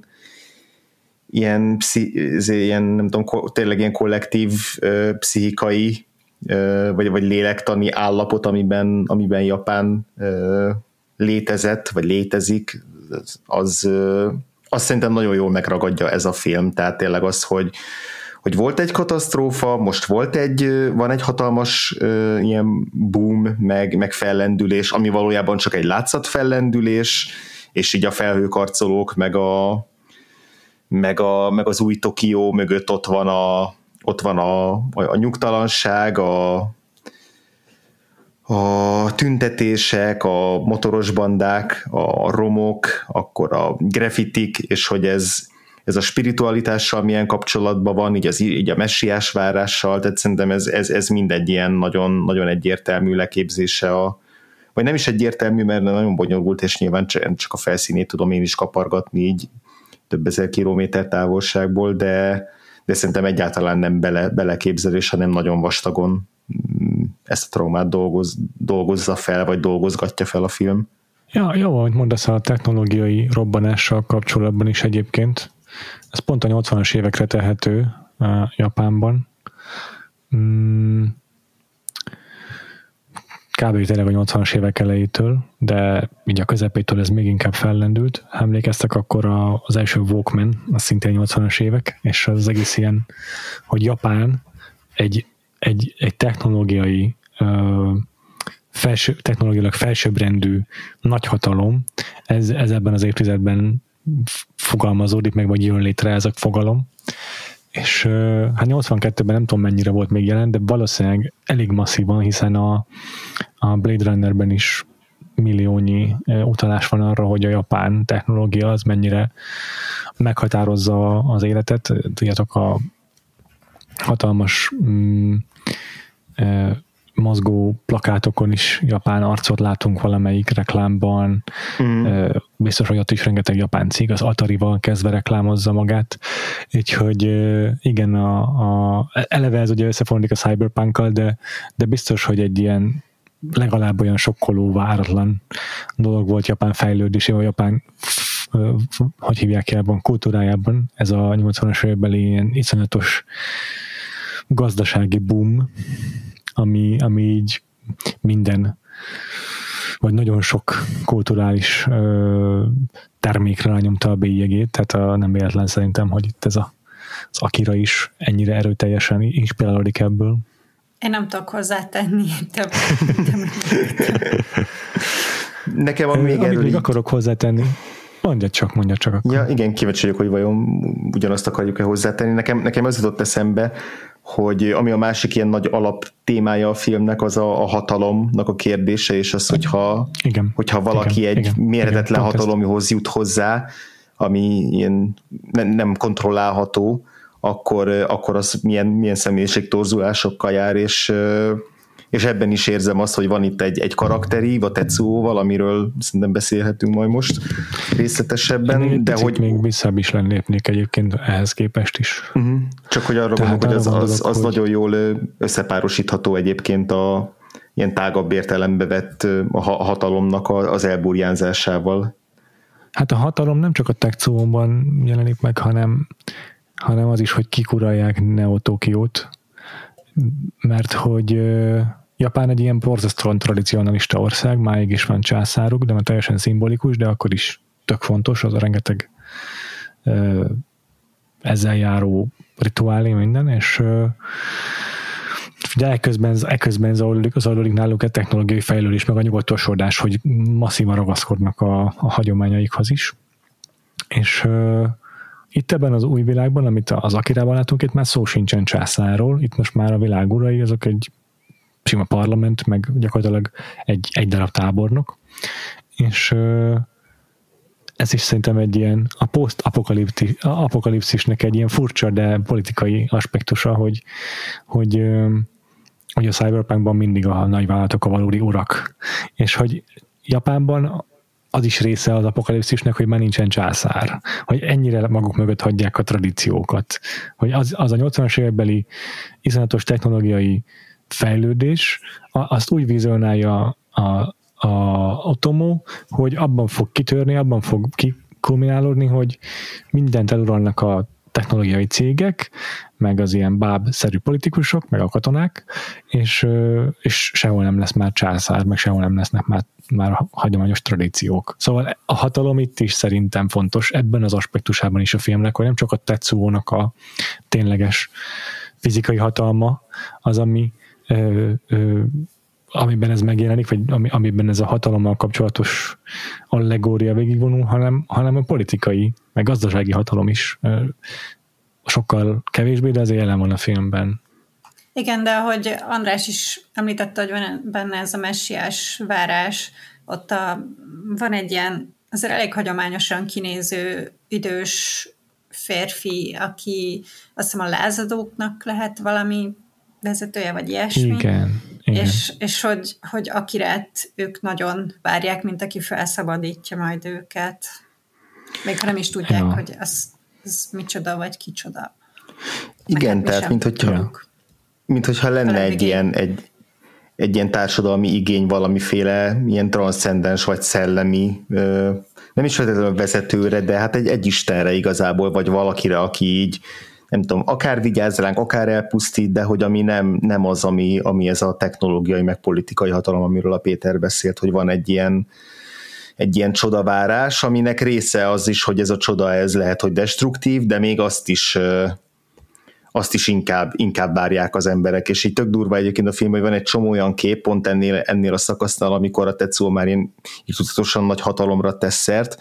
nem tudom, tényleg ilyen kollektív pszichikai vagy lélektani állapot, amiben Japán létezett, vagy létezik, az szerintem nagyon jól megragadja ez a film. Tehát tényleg az, hogy volt egy katasztrófa, most van egy hatalmas ilyen boom, meg fellendülés, ami valójában csak egy látszat fellendülés, és így a felhőkarcolók, meg az új Tokió mögött ott van a nyugtalanság, a tüntetések, a motoros bandák, a romok, akkor a graffitik, és hogy ez a spiritualitással milyen kapcsolatban van, így a messiás várással, tehát szerintem ez mindegy ilyen nagyon, nagyon egyértelmű leképzése vagy nem is egyértelmű, mert nagyon bonyolult, és nyilván csak a felszínét tudom én is kapargatni így több ezer kilométer távolságból, de szerintem egyáltalán nem beleképzelés, hanem nagyon vastagon ezt a traumát dolgozza fel, vagy dolgozgatja fel a film. Ja, jó, ahogy mondasz, a technológiai robbanással kapcsolatban is egyébként. Ez pont a 80-as évekre tehető Japánban. Kb. Tényleg a 80-as évek elejétől, de így a közepétől ez még inkább fellendült. Emlékeztek akkor az első Walkman, az szintén 80-as évek, és az egész ilyen, hogy Japán egy technológiai technológiailag felsőbbrendű nagyhatalom, ez ebben az évtizedben fogalmazódik meg, vagy jön létre ez a fogalom. És hát 82-ben nem tudom mennyire volt még jelen, de valószínűleg elég masszívan, hiszen a Blade Runnerben is milliónyi utalás van arra, hogy a japán technológia az mennyire meghatározza az életet. Tudjátok, a hatalmas mozgó plakátokon is japán arcot látunk valamelyik reklámban, biztos, hogy ott is rengeteg japán cég, az Atari-val kezdve reklámozza magát, úgyhogy igen, eleve ez ugye összefonódik a Cyberpunkkal, de biztos, hogy egy ilyen legalább olyan sokkoló, váratlan dolog volt Japán fejlődésében, Japán hogy hívják Japán kultúrájában, ez a 80-as évekbeli ilyen iszonyatos gazdasági boom, ami így minden, vagy nagyon sok kulturális termékre rányomta a bélyegét, tehát nem véletlen szerintem, hogy itt ez az Akira is ennyire erőteljesen inspirálódik ebből. Én nem tudok hozzátenni. Nekem van még erről még akarok hozzátenni. Mondja csak akkor. Ja, igen, kíváncsi vagyok, hogy vajon ugyanazt akarjuk-e hozzátenni. Nekem az jutott eszembe, hogy ami a másik ilyen nagy alap témája a filmnek, az a hatalomnak a kérdése, és az, hogyha valaki egy mérhetetlen hatalomhoz jut hozzá, ami ilyen nem kontrollálható, akkor az milyen személyiségtorzulásokkal jár, és ebben is érzem azt, hogy van itt egy karakteri, a Tetsuóval, amiről szerintem beszélhetünk majd most részletesebben. De hogy még visszább is lépnék egyébként ehhez képest is. Csak hogy arra gondolok, hogy az nagyon jól összepárosítható egyébként a ilyen tágabb értelembe vett a hatalomnak az elburjánzásával. Hát a hatalom nem csak a Tetsuóban jelenik meg, hanem az is, hogy kikuralják Neo-Tokiót, mert hogy Japán egy ilyen borzasztóan tradicionalista ország, máig is van császáruk, de már teljesen szimbolikus, de akkor is tök fontos, az a rengeteg ezzel járó rituálé minden, és ugye eközben zajlódik náluk a technológiai fejlődés, meg a nyugatosodás, hogy masszívan ragaszkodnak a hagyományaikhoz is. És itt ebben az új világban, amit az Akirában látunk, itt már szó sincsen császárról, itt most már a világ urai, azok egy sima parlament, meg gyakorlatilag egy darab tábornok, és ez is szerintem egy ilyen a post-apokalipszisnek egy ilyen furcsa, de politikai aspektusa, hogy a Cyberpunkban mindig a nagyvállalatok a valódi urak, és hogy Japánban az is része az apokalipszisnek, hogy már nincsen császár, hogy ennyire maguk mögött hagyják a tradíciókat, hogy az a 80-as évekbeli iszonyatos technológiai fejlődés, azt úgy vizionálja a Otomo, hogy abban fog kitörni, abban fog kikulminálódni, hogy mindent eluralnak a technológiai cégek, meg az ilyen báb-szerű politikusok, meg a katonák, és sehol nem lesz már császár, meg sehol nem lesznek már hagyományos tradíciók. Szóval a hatalom itt is szerintem fontos, ebben az aspektusában is a filmnek, hogy nem csak a Tetsuónak a tényleges fizikai hatalma az, amiben ez megjelenik, vagy amiben ez a hatalommal kapcsolatos allegória végigvonul, hanem a politikai, meg gazdasági hatalom is sokkal kevésbé, de azért jelen van a filmben. Igen, de ahogy András is említette, hogy van benne ez a messiás várás, ott van egy ilyen azért elég hagyományosan kinéző idős férfi, aki azt hiszem a lázadóknak lehet valami vezetője, vagy ilyesmi. Igen. És hogy Akirát ők nagyon várják, mint aki felszabadítja majd őket. Még ha nem is tudják, hogy az micsoda, vagy kicsoda. Igen, tehát minthogyha lenne egy ilyen társadalmi igény valamiféle ilyen transzcendens vagy szellemi, nem is feltétlenül vezetőre, de hát egy istenre igazából, vagy valakire, aki így nem tudom, akár vigyázz ránk, akár elpusztít, de hogy ami nem az, ami ez a technológiai meg politikai hatalom, amiről a Péter beszélt, hogy van egy ilyen csodavárás, aminek része az is, hogy ez a csoda ez lehet, hogy destruktív, de még azt is inkább várják az emberek, és így tök durva egyébként a film, hogy van egy csomó olyan kép, pont ennél a szakasznál, amikor a Tetsuo már így tudatosan nagy hatalomra tesz szert,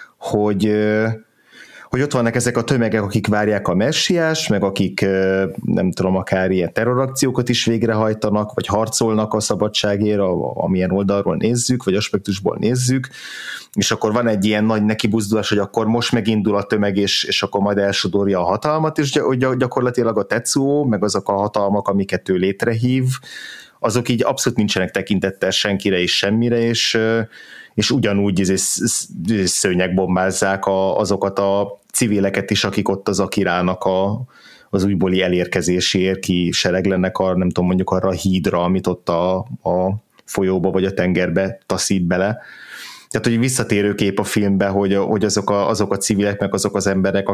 hogy ott vannak ezek a tömegek, akik várják a messiást, meg akik nem tudom, akár ilyen terrorakciókat is végrehajtanak, vagy harcolnak a szabadságért, amilyen oldalról nézzük, vagy aspektusból nézzük, és akkor van egy ilyen nagy nekibuzdulás, hogy akkor most megindul a tömeg, és akkor majd elsodorja a hatalmat, és gyakorlatilag a Tetsuo, meg azok a hatalmak, amiket ő létrehív, azok így abszolút nincsenek tekintettel senkire és semmire, és ugyanúgy szőnyegbombázzák azokat a civileket is, akik ott az Akirának az újbóli elérkezéséért kisereglenek nem tudom, mondjuk arra a hídra, amit ott a folyóba vagy a tengerbe taszít bele. Tehát, hogy visszatérő kép a filmbe, hogy azok a civilek, meg azok az emberek,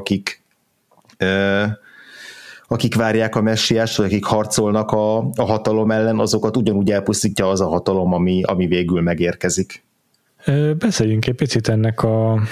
akik várják a messiást, vagy akik harcolnak a hatalom ellen, azokat ugyanúgy elpusztítja az a hatalom, ami végül megérkezik. Beszéljünk egy picit ennek a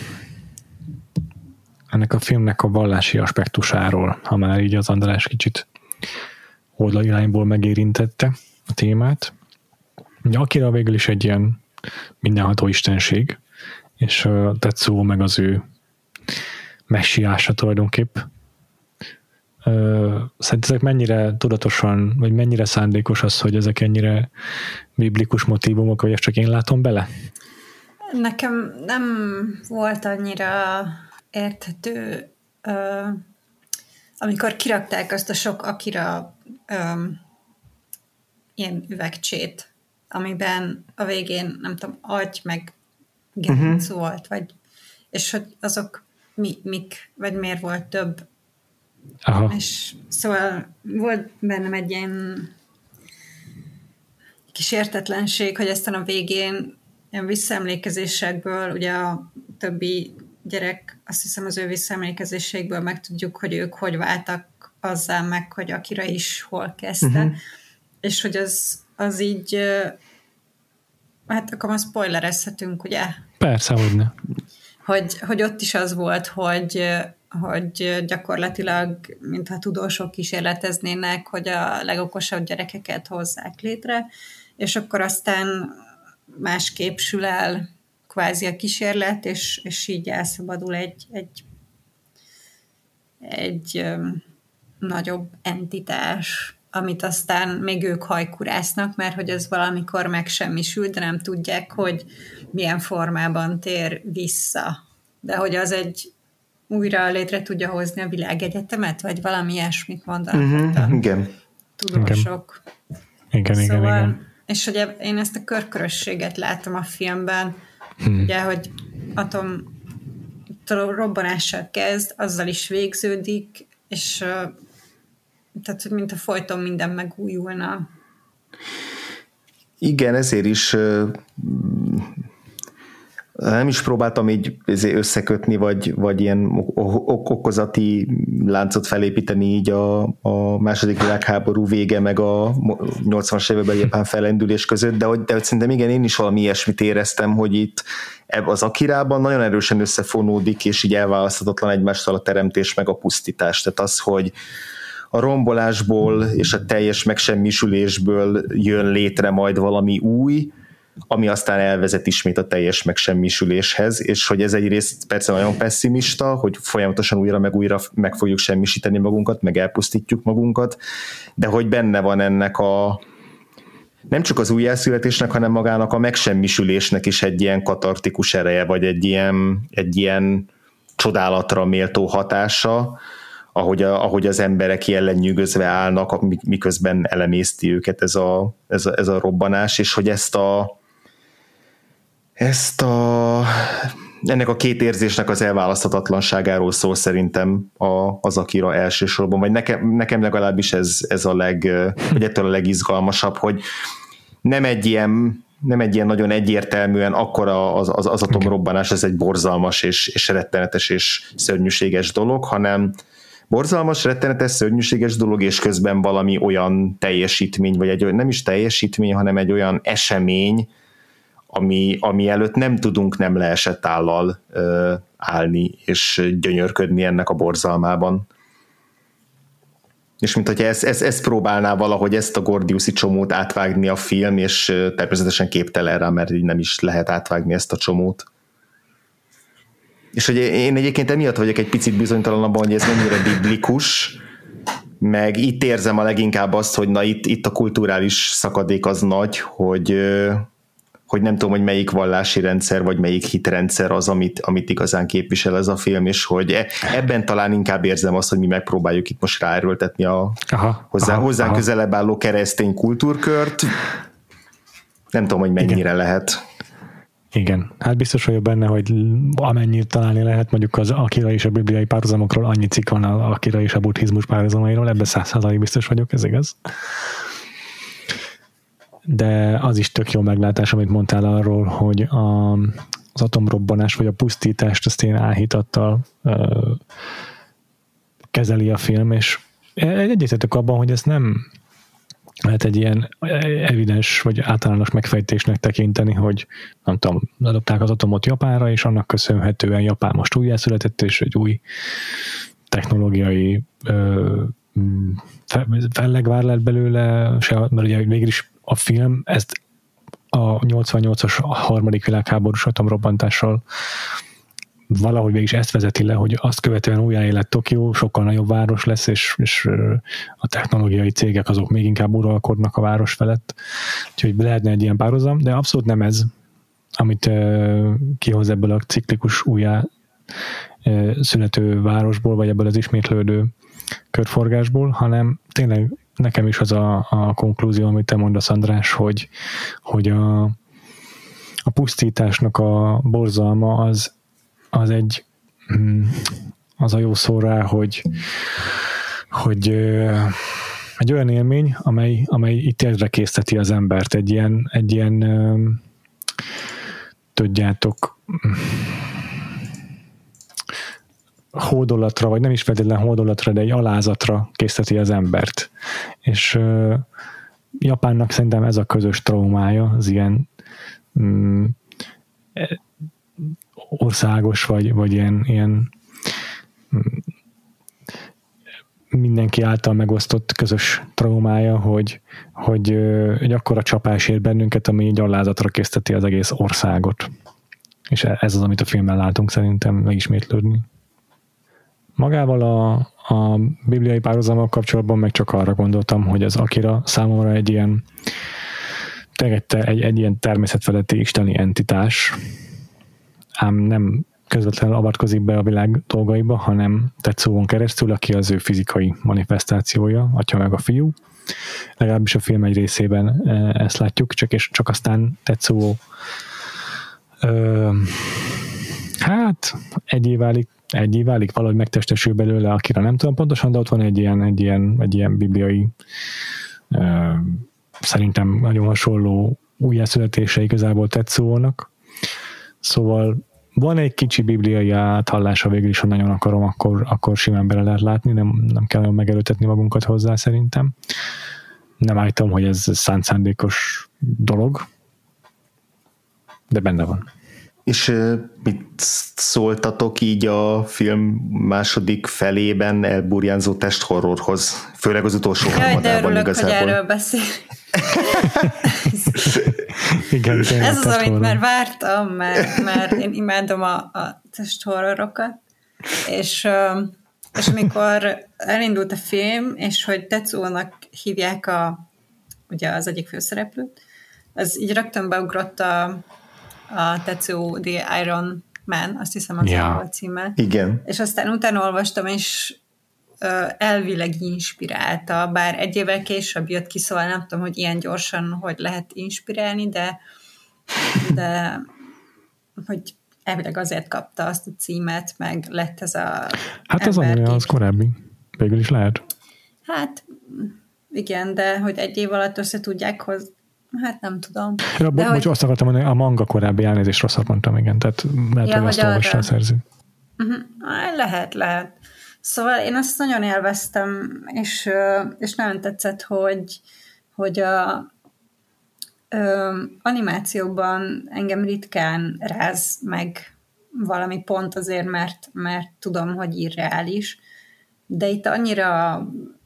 filmnek a vallási aspektusáról, ha már így az András kicsit oldalirányból megérintette a témát. Ugye Akira végül is egy ilyen mindenható istenség, és Tetsuo meg az ő messiása tulajdonképp. Szerintetek mennyire tudatosan, vagy mennyire szándékos az, hogy ezek ennyire biblikus motívumok, vagy ezt csak én látom bele? Nekem nem volt annyira érthető, amikor kirakták azt a sok Akira ilyen üvegcsét, amiben a végén, nem tudom, agy, meg gerinc volt, vagy, és hogy azok mik, vagy miért volt több. Aha. És szóval volt bennem egy ilyen kis értetlenség, hogy aztán a végén ilyen visszaemlékezésekből, ugye a többi gyerek, azt hiszem az ő visszaemlékezéseikből megtudjuk, hogy ők hogy váltak azzal meg, hogy Akira is hol kezdte, és hogy az így, hát akkor már spoilerezhetünk, ugye? Persze, hogyne. Hogy ott is az volt, hogy gyakorlatilag, mintha tudósok kísérleteznének, hogy a legokosabb gyerekeket hozzák létre, és akkor aztán másképp sül el kvázi a kísérlet, és így elszabadul egy nagyobb entitás, amit aztán még ők hajkurásznak, mert hogy ez valamikor megsemmisül, de nem tudják, hogy milyen formában tér vissza. De hogy az egy újra létre tudja hozni a világegyetemet, vagy valami ilyesmit mondanak. Igen. Tudósok. Igen. És ugye én ezt a körkörösséget látom a filmben, ugye, hogy atom robbanással kezd, azzal is végződik, és tehát, hogy mint a folyton minden megújulna. Igen, ezért is nem is próbáltam így összekötni, vagy ilyen okozati láncot felépíteni így a második világháború vége, meg a 80-as években Japán fellendülés között, de hogy szerintem igen, én is valami ilyesmit éreztem, hogy itt az Akirában nagyon erősen összefonódik, és így elválaszthatatlan egymástól a teremtés meg a pusztítás. Tehát az, hogy a rombolásból és a teljes megsemmisülésből jön létre majd valami új, ami aztán elvezet ismét a teljes megsemmisüléshez, és hogy ez egyrészt persze nagyon pessimista, hogy folyamatosan újra meg fogjuk semmisíteni magunkat, meg elpusztítjuk magunkat, de hogy benne van ennek nem csak az újjászületésnek, hanem magának a megsemmisülésnek is egy ilyen katartikus ereje, vagy egy ilyen csodálatra méltó hatása, ahogy az emberek jellennyűgözve állnak, miközben elemészti őket ez a robbanás, és hogy ennek a két érzésnek az elválaszthatatlanságáról szól szerintem az Akira elsősorban, vagy nekem legalábbis ez vagy ettől a legizgalmasabb, hogy nem egy ilyen nagyon egyértelműen akkora az atomrobbanás, ez egy borzalmas és rettenetes és szörnyűséges dolog, hanem borzalmas, rettenetes, szörnyűséges dolog, és közben valami olyan teljesítmény, vagy nem is teljesítmény, hanem egy olyan esemény, ami előtt nem tudunk nem leesett állal állni, és gyönyörködni ennek a borzalmában. És mint hogyha ezt próbálná valahogy ezt a gordiuszi csomót átvágni a film, és természetesen képtelen rá, mert így nem is lehet átvágni ezt a csomót. És hogy én egyébként emiatt vagyok egy picit bizonytalan abban, hogy ez mennyire biblikus, meg itt érzem a leginkább azt, hogy na itt a kulturális szakadék az nagy, hogy hogy nem tudom, hogy melyik vallási rendszer, vagy melyik hitrendszer az, amit igazán képvisel ez a film, és hogy ebben talán inkább érzem azt, hogy mi megpróbáljuk itt most ráerőltetni a hozzánk közelebb álló keresztény kultúrkört. Nem tudom, hogy mennyire lehet. Igen, hát biztos vagyok benne, hogy amennyit találni lehet, mondjuk az Akira és a bibliai párhuzamokról, annyi cikk van az Akira és a buddhizmus párhuzamairól, ebben 100% biztos vagyok, ez igaz. De az is tök jó meglátás, amit mondtál arról, hogy az atomrobbanás vagy a pusztítást azt én álhitattal kezeli a film, és egyetértek abban, hogy ez nem lehet egy ilyen evidens vagy általános megfejtésnek tekinteni, hogy nem tudom, adopták az atomot Japánra, és annak köszönhetően Japán most újjászületett, és egy új technológiai fellegvár lett belőle, mert ugye végül is a film ezt a 88-as harmadik világháborús atomrobbantással valahogy végig ezt vezeti le, hogy azt követően újjáélet Tokió, sokkal nagyobb város lesz, és a technológiai cégek azok még inkább uralkodnak a város felett. Úgyhogy lehetne egy ilyen párhuzam, de abszolút nem ez, amit kihoz ebből a ciklikus újjá születő városból, vagy ebből az ismétlődő körforgásból, hanem tényleg nekem is az a konklúzió, amit te mondasz, András, hogy a pusztításnak a borzalma az a jó szó rá, hogy egy olyan élmény, amely itt érdre készteti az embert, egy ilyen tudjátok, hódolatra, vagy nem is feltétlen hódolatra, de egy alázatra készteti az embert. És Japánnak szerintem ez a közös traumája, az ilyen országos, vagy ilyen mindenki által megosztott közös traumája, hogy egy akkora csapás ér bennünket, ami így alázatra készteti az egész országot. És ez az, amit a filmben látunk szerintem megismétlődni. Magával a bibliai párhuzammal kapcsolatban meg csak arra gondoltam, hogy az Akira számomra egy ilyen egy ilyen természetfeletti isteni entitás, ám nem közvetlenül avatkozik be a világ dolgaiba, hanem Tetsuón keresztül, aki az ő fizikai manifestációja, atya meg a fiú. Legalábbis a film egy részében ezt látjuk, csak aztán Tetsuó egyé válik, valahogy megtestesül belőle, Akira nem tudom pontosan, de ott van egy ilyen bibliai szerintem nagyon hasonló újjászületése igazából Tetsuónak. Szóval van egy kicsi bibliai áthallása végül is, ha nagyon akarom, akkor simán bele lehet látni, nem kell nagyon megerőltetni magunkat hozzá szerintem. Nem állítom, hogy ez szándékos dolog, de benne van. És mit szóltatok így a film második felében elburjánzó testhorrorhoz? Főleg az utolsó harmadában igazából. Hogy erről beszél. Igen, ez az, amit már vártam, mert én imádom a testhorrorokat, és amikor elindult a film, és hogy Tetsuónak hívják ugye az egyik főszereplőt, az így rögtön beugrott a Tetsuo the Iron Man, azt hiszem az a címe. Igen. És aztán utána olvastam, és elvileg inspirálta, bár egy évvel később jött ki, szóval nem tudom, hogy ilyen gyorsan hogy lehet inspirálni, de hogy elvileg azért kapta azt a címet, meg lett ez a hát az annyira az korábbi. Végül is lehet. Hát igen, de hogy egy év alatt össze tudják hozni, hát nem tudom. Ja, bocs, azt akartam mondani, a manga korábbi elnézést rosszat mondtam, igen, tehát mert hogy azt olvassa a szerző. Lehet. Szóval én azt nagyon élveztem, és nagyon tetszett, hogy a animációban engem ritkán ráz meg valami pont azért, mert tudom, hogy irreális, de itt annyira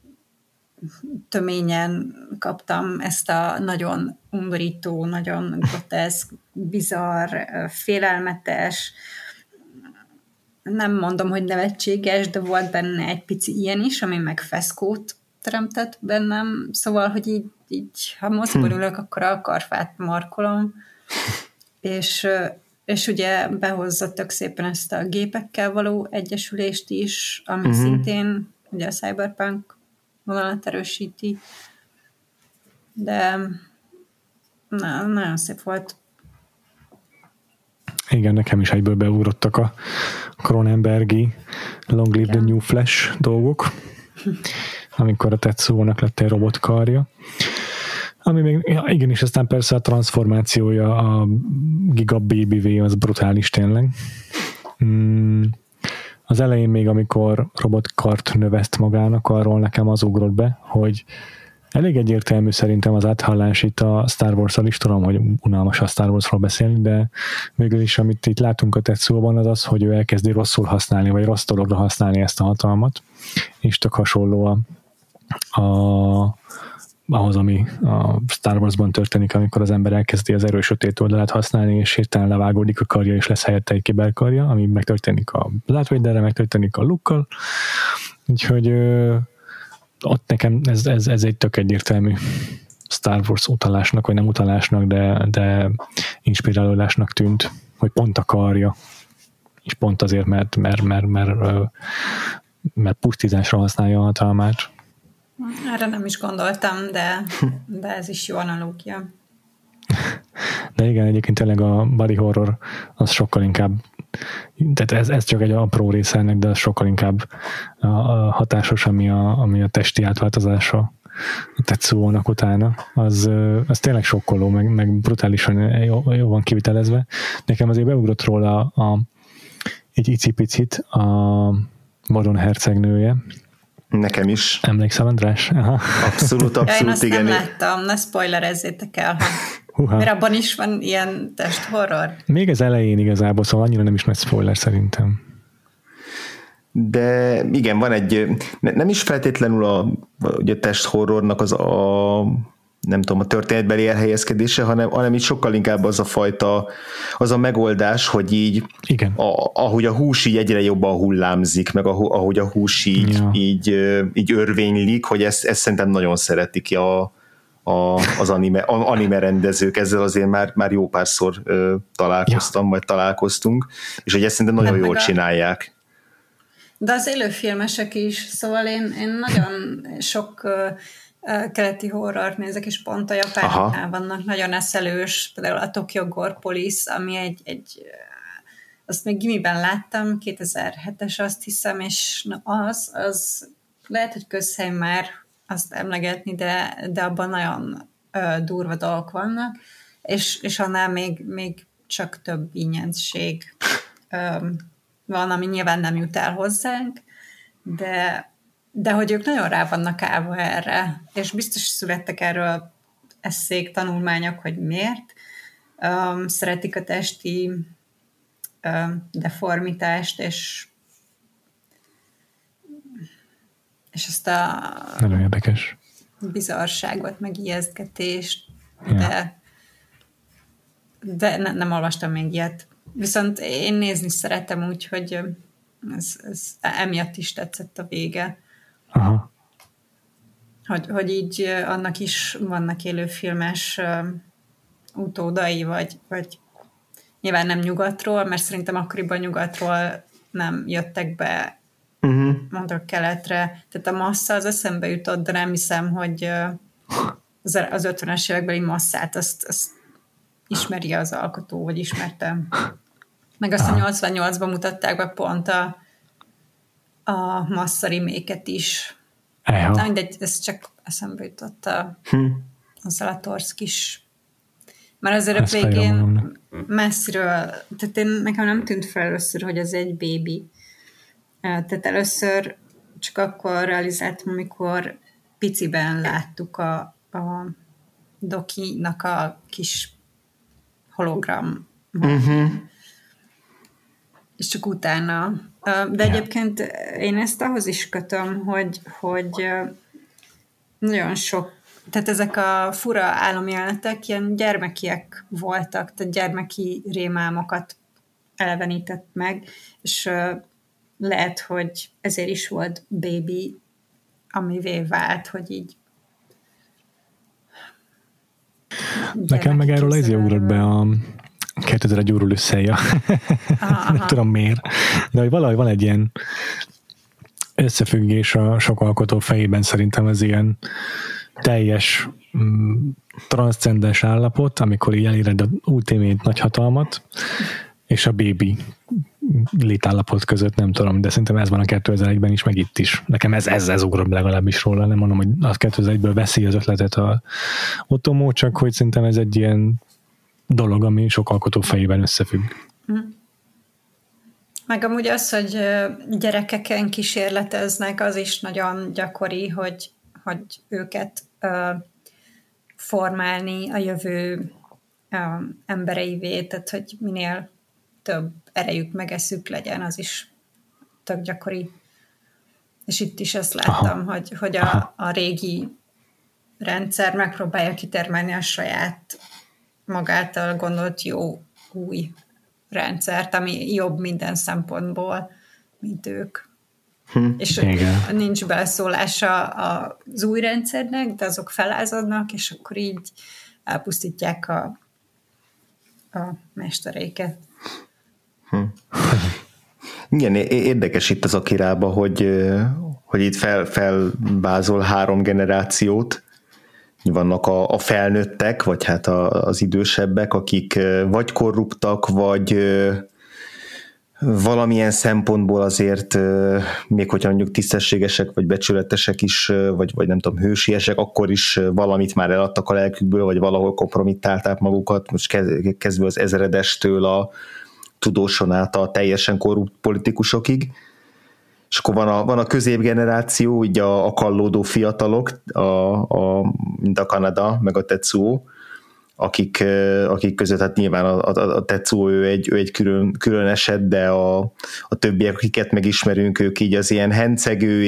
töményen kaptam ezt a nagyon undorító, nagyon groteszk, bizarr, félelmetes, nem mondom, hogy nevetséges, de volt benne egy pici ilyen is, ami meg feszkót teremtett bennem, szóval, hogy így ha moziban ülök, akkor a karfát markolom, és ugye behozza tök szépen ezt a gépekkel való egyesülést is, ami szintén ugye a cyberpunk vonalat erősíti, de nagyon szép volt. Igen, nekem is egyből beugrottak a Cronenbergi Long Live the New Flash dolgok, amikor a Tetsuónak lett egy robotkarja. Ami még, igenis, aztán persze a transformációja a Giga Baby-vé az brutális tényleg. Az elején még, amikor robotkart növeszt magának, arról nekem az ugrott be, hogy elég egyértelmű szerintem az áthallás itt a Star Wars-al is, tudom, hogy unalmas a Star Wars-ról beszélni, de végül is, amit itt látunk a Tetsuóban, az az, hogy ő elkezdi rosszul használni, vagy rossz dologra használni ezt a hatalmat, és tök hasonló ahhoz, ami a Star Wars-ban történik, amikor az ember elkezdi az erős sötét oldalát használni, és hirtelen levágódik a karja, és lesz helyette egy kiberkarja, ami megtörténik a Darth Vaderre, megtörténik a Luke-kal. Úgyhogy ott nekem ez egy tök egyértelmű Star Wars utalásnak, vagy nem utalásnak, de inspirálódásnak tűnt, hogy pont a karja, és pont azért, mert pusztításra használja a hatalmát. Erre nem is gondoltam, de ez is jó analógia. De igen, egyébként tényleg a body horror az sokkal inkább, tehát ez csak egy apró része ennek, de az sokkal inkább hatásos, ami a testi átváltozása a Tetsuónak utána. Az tényleg sokkoló, meg brutálisan jó van kivitelezve. Nekem azért beugrott róla egy icipicit a Vadon hercegnője. Nekem is. Emlékszel, András? Aha. Abszolút, én azt igen. nem láttam, ne spoilerezzétek el, mert abban is van ilyen testhorror. Még az elején igazából, szóval annyira nem is nagy spoiler szerintem. De igen, van egy, nem is feltétlenül a testhorrornak nem tudom, a történetbeli elhelyezkedése, hanem így sokkal inkább az a fajta, az a megoldás, hogy így, igen. Ahogy a hús így egyre jobban hullámzik, meg ahogy a hús így örvénylik, hogy ezt szerintem nagyon szeretik az anime rendezők, ezzel azért már jó párszor találkoztam, vagy találkoztunk, és hogy ezt szerintem nagyon jól csinálják. De az élőfilmesek is, szóval én nagyon sok keleti horrort nézek, és pont a japánoknál vannak nagyon eszelős, például a Tokyo Gore Police, ami egy azt még gimiben láttam, 2007-es azt hiszem, és az lehet, hogy közhely már azt emlegetni, de abban nagyon durva dolgok vannak, és annál még csak több ínyenség van, ami nyilván nem jut el hozzánk, de hogy ők nagyon rá vannak állva erre, és biztos születtek erről esszék, tanulmányok, hogy miért. Szeretik a testi deformitást, és ezt a nagyon érdekes bizarságot, meg ijesztgetést, de nem olvastam még ilyet. Viszont én nézni szeretem, úgyhogy ez emiatt is tetszett a vége. Aha. Hogy így annak is vannak élőfilmes utódai, vagy nyilván nem nyugatról, mert szerintem akkoriban nyugatról nem jöttek be mondok keletre. Tehát a massza az eszembe jutott, de nem hiszem, hogy az 50-es évekbeli masszát azt ismeri az alkotó, vagy ismertem. Meg azt a 88-ban mutatták be pont a massza reméket is. Na mindegy, ez csak eszembe jutott azzal a torsz kis. Mert azért a végén messziről, tehát nekem nem tűnt fel először, hogy ez egy bébi. Tehát először csak akkor realizáltam, amikor piciben láttuk a Dokinak a kis hologram. És csak utána. De egyébként én ezt ahhoz is kötöm, hogy nagyon sok, tehát ezek a fura álomjelenetek ilyen gyermekiek voltak, tehát gyermeki rémálmokat elevenített meg, és lehet, hogy ezért is volt baby, amivé vált, hogy így Nekem meg erről az ugrott be a 2001 Urulüsszelja. Nem tudom miért. De hogy valahogy van egy ilyen összefüggés a sok alkotó fejében, szerintem ez ilyen teljes transzcendens állapot, amikor így eléred a ultimate nagyhatalmat, és a baby létállapot között, nem tudom, de szerintem ez van a 2001-ben is, meg itt is. Nekem ez ugrott legalábbis róla, nem mondom, hogy a 2001-ből veszi az ötletet a Otomo, csak hogy szerintem ez egy ilyen dolog, ami sok alkotó fejében összefügg. Meg amúgy az, hogy gyerekeken kísérleteznek, az is nagyon gyakori, hogy őket formálni a jövő embereivé, tehát hogy minél több erejük meg eszük legyen, az is tök gyakori. És itt is ezt láttam, hogy a régi rendszer megpróbálja kitermelni a saját magáltal gondolt jó új rendszert, ami jobb minden szempontból, mint ők. És igen. Nincs beleszólása az új rendszernek, de azok felázadnak, és akkor így elpusztítják a mestereiket. Igen, érdekes itt az Akirába, hogy itt felvázol 3 generációt. Vannak a felnőttek, vagy hát az idősebbek, akik vagy korruptak, vagy valamilyen szempontból azért, még hogyha mondjuk tisztességesek, vagy becsületesek is, vagy nem tudom, hősiesek, akkor is valamit már eladtak a lelkükből, vagy valahol kompromittálták magukat, most kezdve az ezredestől a tudóson át a teljesen korrupt politikusokig. És akkor van a középgeneráció, így a kallódó fiatalok, mint a Kaneda, meg a Tetsuo, akik között hát nyilván a Tetsuo ő egy külön eset, de a többiek, akiket megismerünk, ők így az ilyen hencegő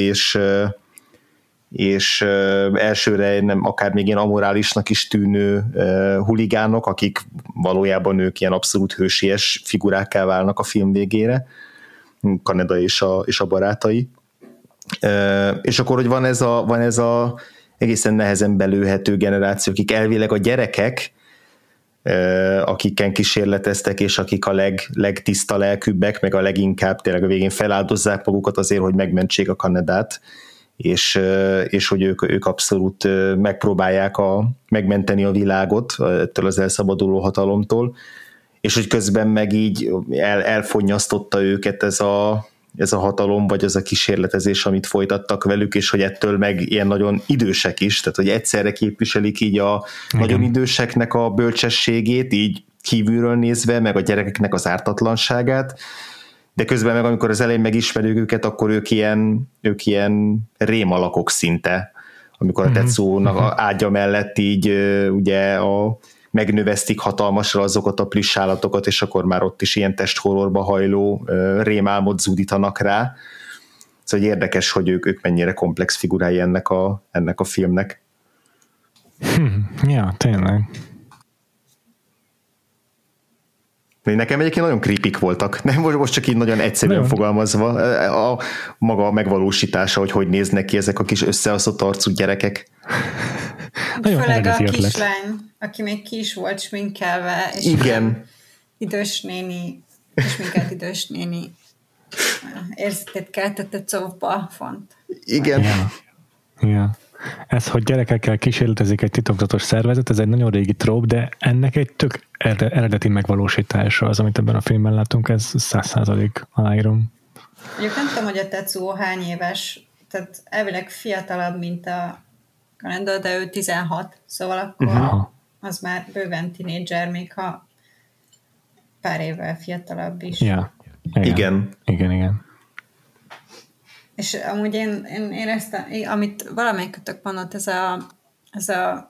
és elsőre nem akár még ilyen amorálisnak is tűnő huligánok, akik valójában ők ilyen abszolút hősies figurákká válnak a film végére, Kaneda és a barátai. És akkor, hogy van ez a egészen nehezen belőhető generáció, akik elvileg a gyerekek, akiken kísérleteztek, és akik a legtiszta lelkűbbek, meg a leginkább tényleg a végén feláldozzák magukat azért, hogy megmentsék a Kanedát, és hogy ők abszolút megpróbálják megmenteni a világot ettől az elszabaduló hatalomtól, és hogy közben meg így elfonnyasztotta őket ez a hatalom, vagy az a kísérletezés, amit folytattak velük, és hogy ettől meg ilyen nagyon idősek is, tehát hogy egyszerre képviselik így a nagyon időseknek a bölcsességét, így kívülről nézve, meg a gyerekeknek az ártatlanságát, de közben meg amikor az elején megismerjük őket, akkor ők ilyen rémalakok szinte, amikor a Tetsuónak ágya mellett így ugye megnövesztik hatalmasra azokat a plüss állatokat, és akkor már ott is ilyen testhorrorba hajló rémálmot zúdítanak rá. Szóval érdekes, hogy ők mennyire komplex figurái ennek a filmnek. Ja, tényleg. Nekem egyébként nagyon creepyk voltak. Nem, most csak így nagyon egyszerűen fogalmazva. A maga megvalósítása, hogy néznek ki ezek a kis összeaszott arcú gyerekek. Főleg a kislány, aki még ki is volt sminkelve, és igen. Idős néni, sminkelt idős néni érzetét keltett szóba font. Igen. Ja. Ez, hogy gyerekekkel kísérletezik egy titokzatos szervezet, ez egy nagyon régi tróp, de ennek egy tök eredeti megvalósítása az, amit ebben a filmben látunk, ez 100% aláírom. Mondjuk nem tudom, hogy a Tetsuo hány éves, tehát elvileg fiatalabb, mint a Kaneda, de ő 16, szóval akkor az már bőven tinédzser, még ha pár évvel fiatalabb is. Ja. Igen. És amúgy én éreztem, amit valamelyikötök mondott, ez a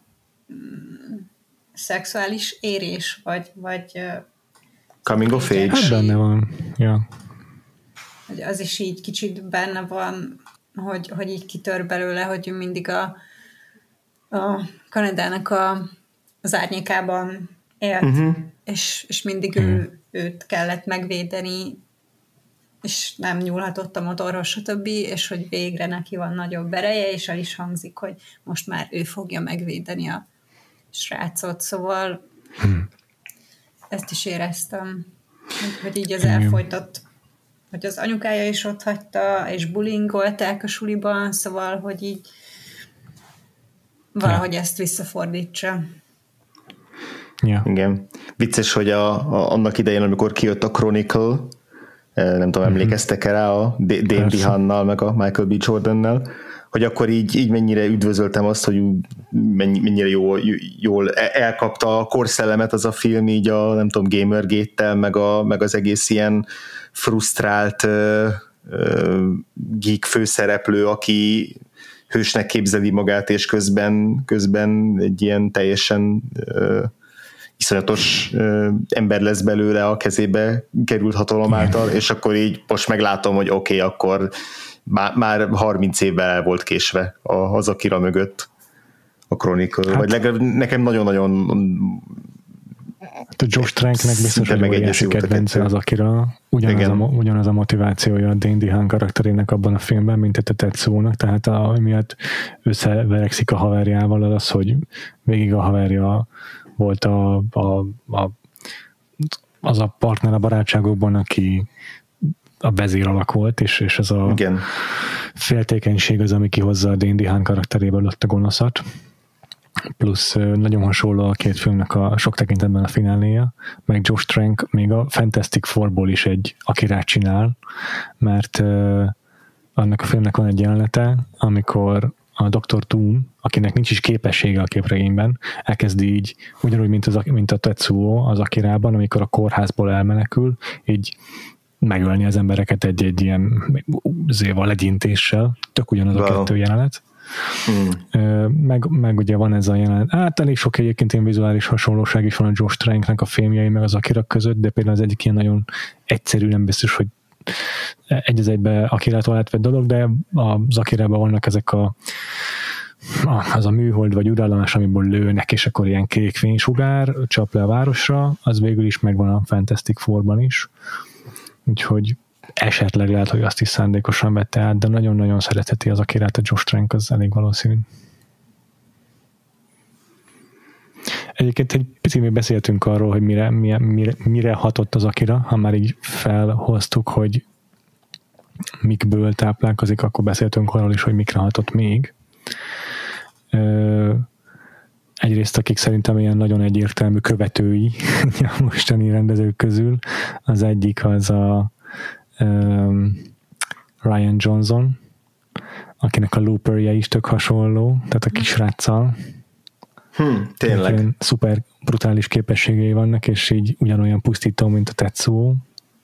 szexuális érés, vagy coming of age. Hát benne van, ja. Az is így kicsit benne van, hogy így kitör belőle, hogy mindig a Kanedának az árnyékában élt, és mindig őt kellett megvédeni, és nem nyúlhatott a motorhoz, stb., és hogy végre neki van nagyobb ereje, és el is hangzik, hogy most már ő fogja megvédeni srácot, szóval ezt is éreztem, hogy így az elfojtott, hogy az anyukája is ott hagyta, és bullyingolták a suliban, szóval, hogy így valahogy ezt visszafordítsa. Ja. Igen. Vicces, hogy annak idején, amikor kijött a Chronicle, nem tudom, emlékeztek rá a Dane DeHaannal, meg a Michael B. Jordannal, hogy akkor így mennyire üdvözöltem azt, hogy mennyire jól elkapta a korszellemet az a film, így a, nem tudom, Gamergate-tel, meg az egész ilyen frusztrált geek főszereplő, aki hősnek képzeli magát, és közben egy ilyen teljesen iszonyatos ember lesz belőle, a kezébe került hatalom által, és akkor így most meglátom, hogy oké, akkor már 30 évvel el volt késve az Akira mögött a Chronicle, vagy legalább nekem nagyon-nagyon a Josh Tranknek biztos, hogy óriási kedvence az Akira. Ugyanaz a motivációja a Dane DeHaan karakterének abban a filmben, mint a Tetsuónak, tehát amiatt összeverekszik a haverjával, az, hogy végig a haverja volt az a partner a barátságokban, aki a vezér alak volt, és ez a féltékenység az, ami kihozza a Dane DeHaan karakteréből ott a gonoszat. Plusz nagyon hasonló a két filmnek a sok tekintetben a fináléja, meg Josh Trank még a Fantastic Fourból is egy Akirát csinál, mert annak a filmnek van egy jelenete, amikor a Dr. Doom, akinek nincs is képessége a képregényben, elkezdi így, ugyanúgy, mint a Tetsuo az Akirában, amikor a kórházból elmenekül, így megölni az embereket egy ilyen zéval legyintéssel, tök ugyanaz a kettő jelenet. Meg ugye van ez a jelenet, elég sok egyébként ilyen vizuális hasonlóság is van a Josh Tranknek a filmjei meg az Akira között, de például az egyik ilyen nagyon egyszerű, nem biztos, hogy egy az egybe Akirától átvett dolog, de az Akirában vannak ezek az a műhold vagy uralállomás, amiből lőnek, és akkor ilyen kék fénysugár csap le a városra, az végül is megvan a Fantastic Fourban is. Úgyhogy esetleg lehet, hogy azt is szándékosan vette át, de nagyon-nagyon szeretheti az Akirát a Josh Trank, az elég valószínű. Egyébként egy picit még beszéltünk arról, hogy mire hatott az Akira, ha már így felhoztuk, hogy mikből táplálkozik, akkor beszéltünk arról is, hogy mikre hatott még. Egyrészt, akik szerintem ilyen nagyon egyértelmű követői a mostani rendezők közül, az egyik az a Ryan Johnson, akinek a Looperje is tök hasonló, tehát a kisráccal. Tényleg. Szuper brutális képességei vannak, és így ugyanolyan pusztító, mint a Tetsuo.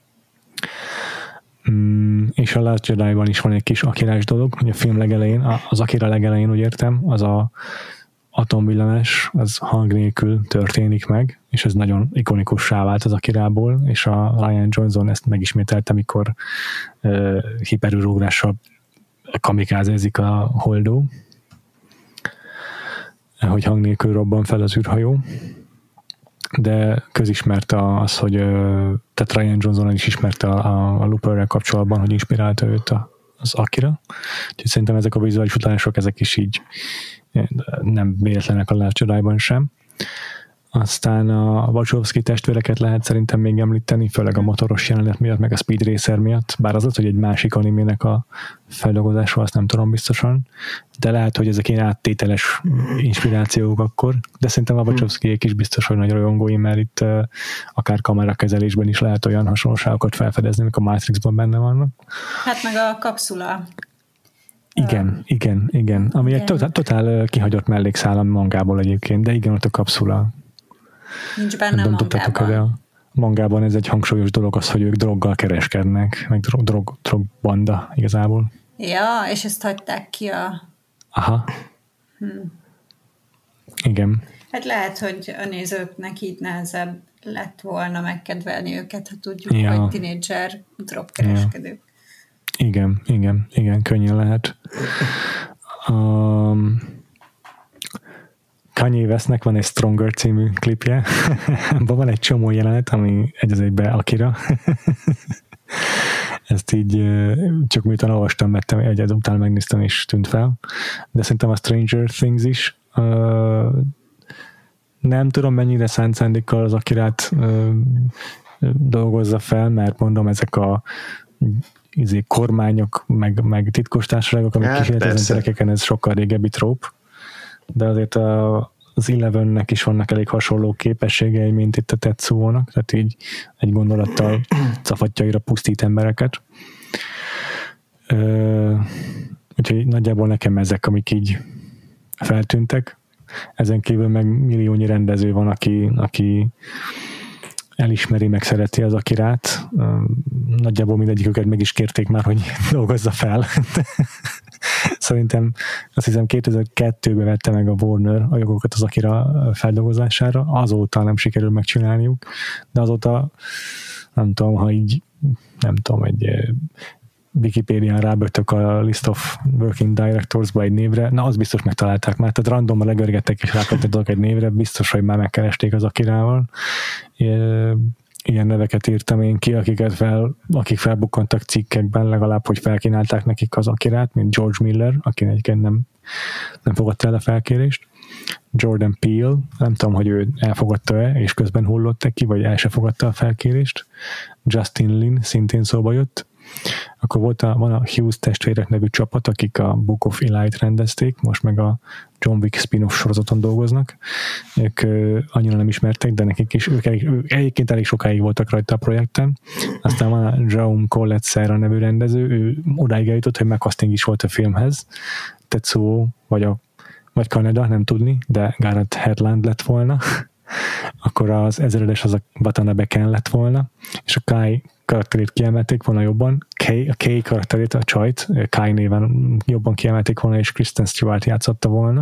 És a Last Jedi-ban is van egy kis akirás dolog, hogy a film legelején, az Akira legelején, úgy értem, az a atomvillanás, az hang nélkül történik meg, és ez nagyon ikonikussá vált az Akirából, és a Ryan Johnson ezt megismételte, amikor hiperűrugrással kamikázezik a holdó, hogy hang nélkül robban fel az űrhajó. De közismert az, hogy tehát Ryan Johnson is ismerte a Looperrel kapcsolatban, hogy inspirálta őt az Akira. Úgyhogy szerintem ezek a vizuális utalások, ezek is így nem véletlenek a Last Jedi-ban sem. Aztán a Wachowski testvéreket lehet szerintem még említeni, főleg a motoros jelenet miatt, meg a Speed Racer miatt, bár az, hogy egy másik animének a feldolgozása, azt nem tudom biztosan, de lehet, hogy ezek ilyen áttételes inspirációk akkor, de szerintem a Wachowskiék is biztos, hogy nagy rajongói, mert itt akár kamerakezelésben is lehet olyan hasonlóságokat felfedezni, amik a Matrixban benne vannak. Hát meg a kapszula. Igen. Ami egy totál kihagyott mellékszál a mangából egyébként, de igen, ott a kapszula. Nincs benne a mangában. A mangában ez egy hangsúlyos dolog az, hogy ők droggal kereskednek, meg drogbanda igazából. Ja, és ezt hagyták ki a... Aha. Igen. Hát lehet, hogy a nézőknek így nehezebb lett volna megkedvelni őket, ha tudjuk, hogy tinédzser drogkereskedők. Igen, könnyen lehet. Kanye Westnek van egy Stronger című klipje. Abban van egy csomó jelenet, ami egy az egybe Akira. Ezt így csak miután olvastam, vettem egyet, utána megnéztem és tűnt fel. De szerintem a Stranger Things is Nem tudom, mennyire szánt szándékkal az Akirát dolgozza fel, mert mondom, ezek a kormányok, meg titkos társaságok, amik kísérletek ezen gyerekeken, ez sokkal régebbi tróp, de azért az Elevennek is vannak elég hasonló képességei, mint itt a Tetsuónak, tehát így egy gondolattal cafatjaira pusztít embereket. Úgyhogy nagyjából nekem ezek, amik így feltűntek. Ezen kívül meg milliónyi rendező van, aki elismeri, meg szereti az Akirát. Nagyjából mindegyiküket meg is kérték már, hogy dolgozza fel. Szerintem azt hiszem 2002-ben vette meg a Warner a jogokat az Akira feldolgozására, azóta nem sikerül megcsinálniuk, de azóta nem tudom, ha így nem tudom, egy Wikipédián rábögtök a List of Working Directors-ba egy névre, na az biztos megtalálták már, tehát randomban legörgettek és rákattattak egy névre, biztos, hogy már megkeresték az Akirával. Ilyen neveket írtam én ki, akik felbukkantak cikkekben, legalább, hogy felkínálták nekik az Akirát, mint George Miller, aki egyébként nem fogadta el a felkérést. Jordan Peele, nem tudom, hogy ő elfogadta-e, és közben hullott ki, vagy el se fogadta a felkérést. Justin Lin szintén szóba jött. Akkor van a Hughes testvérek nevű csapat, akik a Book of Eli-t rendezték, most meg a John Wick spin-off sorozaton dolgoznak. Ők annyira nem ismertek, de nekik is, ők egyébként elég sokáig voltak rajta a projekten. Aztán van a Jaume Collet-Serra nevű rendező, ő odáig eljutott, hogy megcasting is volt a filmhez. Tetsuo, vagy Kaneda, nem tudni, de Gareth Hedlund lett volna. Akkor az ezredes az a Watanabe Ken lett volna, és a Kai karakterét kiemelték volna jobban, a Kay karakterét, a csajt, Kai néven jobban kiemelték volna, és Kristen Stewart játszotta volna.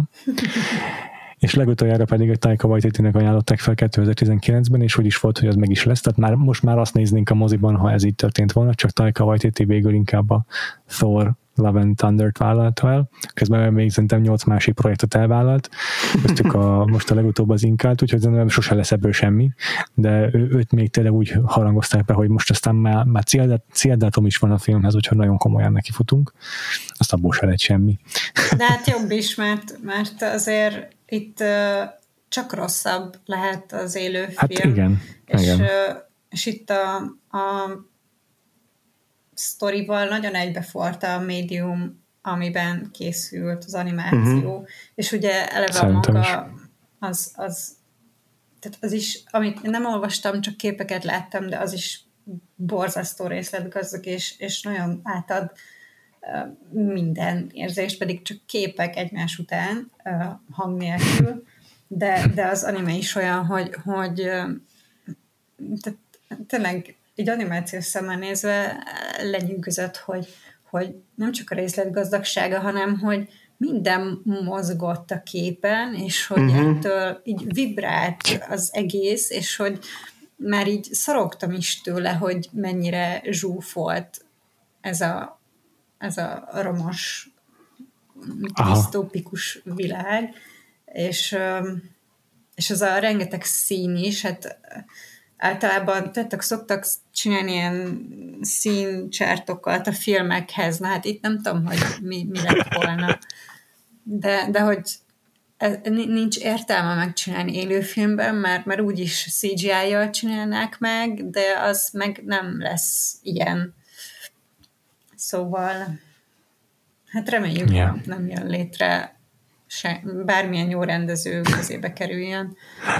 És legutoljára pedig a Taika Waititinek ajánlották fel 2019-ben, és úgy is volt, hogy az meg is lesz, tehát most már azt néznénk a moziban, ha ez így történt volna, csak Taika Waititi végül inkább a Thor Love and Thunder-t vállalta el, közben még szerintem 8 másik projektet elvállalt, köztük most a legutóbb az Inkált, úgyhogy nem sose lesz ebből semmi, de őt még tényleg úgy harangozták be, hogy most aztán már céldátum is van a filmhez, úgyhogy nagyon komolyan nekifutunk, azt abból se lett semmi. De hát jobb is, mert azért itt csak rosszabb lehet az élőfilm. Hát igen. És itt a sztorival nagyon egybeforta a médium, amiben készült az animáció, és ugye eleve a maga tehát az is, amit nem olvastam, csak képeket láttam, de az is borzasztó részletgazdag, és nagyon átad minden érzést, pedig csak képek egymás után, hang nélkül, de az anime is olyan, hogy tényleg így animációs szemmel nézve lenyűgözött, hogy nem csak a részletgazdagsága, hanem hogy minden mozgott a képen, és hogy ettől így vibrált az egész, és hogy már így szorogtam is tőle, hogy mennyire zsúfolt ez a romos, disztópikus világ, és az a rengeteg szín is, hát általában szoktak csinálni ilyen színcsártokat a filmekhez, na hát itt nem tudom, hogy mi lett volna. De hogy nincs értelme megcsinálni élőfilmben, mert úgyis CGI-jal csinálnák meg, de az meg nem lesz ilyen. Szóval hát reméljük, nem jön létre bármilyen jó rendező közébe kerülne.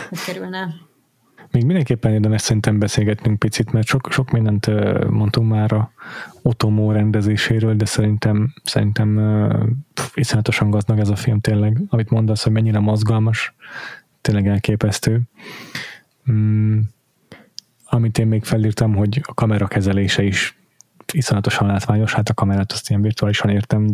Még mindenképpen érdemes szerintem beszélgetnünk picit, mert sok mindent mondtunk már a Otomo rendezéséről, de szerintem iszonyatosan gazdag ez a film tényleg. Amit mondasz, hogy mennyire mozgalmas, tényleg elképesztő. Amit én még felírtam, hogy a kamera kezelése is iszonyatosan látványos, hát a kamerát azt ilyen virtuálisan értem,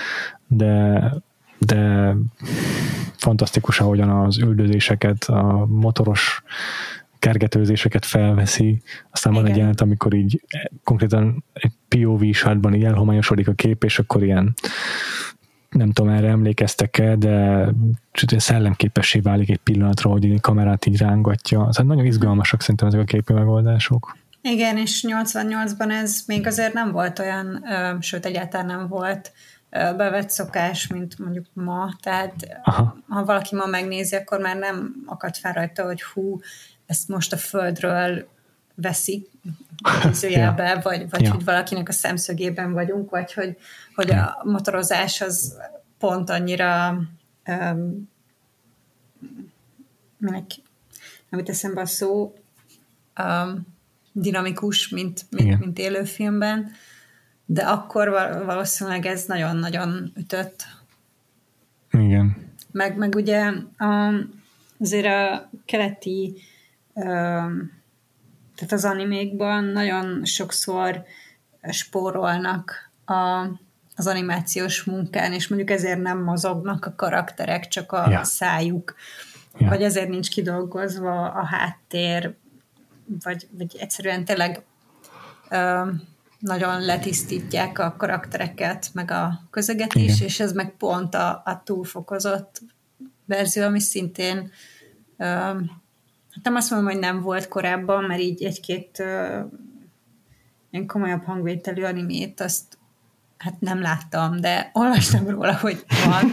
de fantasztikus, ahogyan az üldözéseket, a motoros kergetőzéseket felveszi. Aztán van egy jelenet, amikor így konkrétan egy POV shotban így elhomályosodik a kép, és akkor ilyen nem tudom, erre emlékeztek-e, de szellemképessé válik egy pillanatra, hogy a kamerát így rángatja. Tehát nagyon izgalmasak szerintem ezek a képi megoldások. Igen, és 88-ban ez még azért nem volt olyan, sőt egyáltalán nem volt bevett szokás, mint mondjuk ma, tehát ha valaki ma megnézi, akkor már nem akad fel rajta, hogy ezt most a földről veszik izőjelbe, vagy hogy valakinek a szemszögében vagyunk, vagy hogy a motorozás az pont annyira nem jut eszembe a szó, dinamikus, mint élőfilmben, de akkor valószínűleg ez nagyon-nagyon ütött. Igen. Meg ugye azért a keleti tehát az animékban nagyon sokszor spórolnak az animációs munkán, és mondjuk ezért nem mozognak a karakterek, csak a szájuk, vagy ezért nincs kidolgozva a háttér, vagy egyszerűen tényleg nagyon letisztítják a karaktereket, meg a közeget is, és ez meg pont a túlfokozott verzió, ami szintén nem azt mondom, hogy nem volt korábban, mert így egy-két ilyen komolyabb hangvételű animét, azt hát nem láttam, de olvastam róla, hogy van.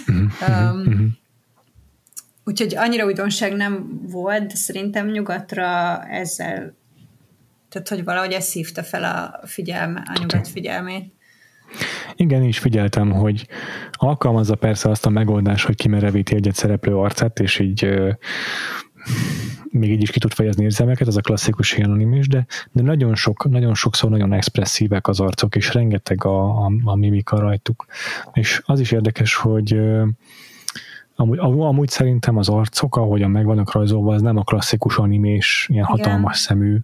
Úgyhogy annyira újdonság nem volt, de szerintem nyugatra ezzel, tehát hogy valahogy ez szívta fel a nyugat figyelmét. Igen, én is figyeltem, hogy alkalmazza persze azt a megoldást, hogy kimerevíti egy szereplő arcát, és így még így is ki tud fejezni érzelmeket, az a klasszikus ilyen animés, de nagyon sokszor nagyon expresszívek az arcok, és rengeteg a mimika rajtuk. És az is érdekes, hogy amúgy szerintem az arcok, ahogyan meg vannak rajzolva, az nem a klasszikus animés, ilyen hatalmas szemű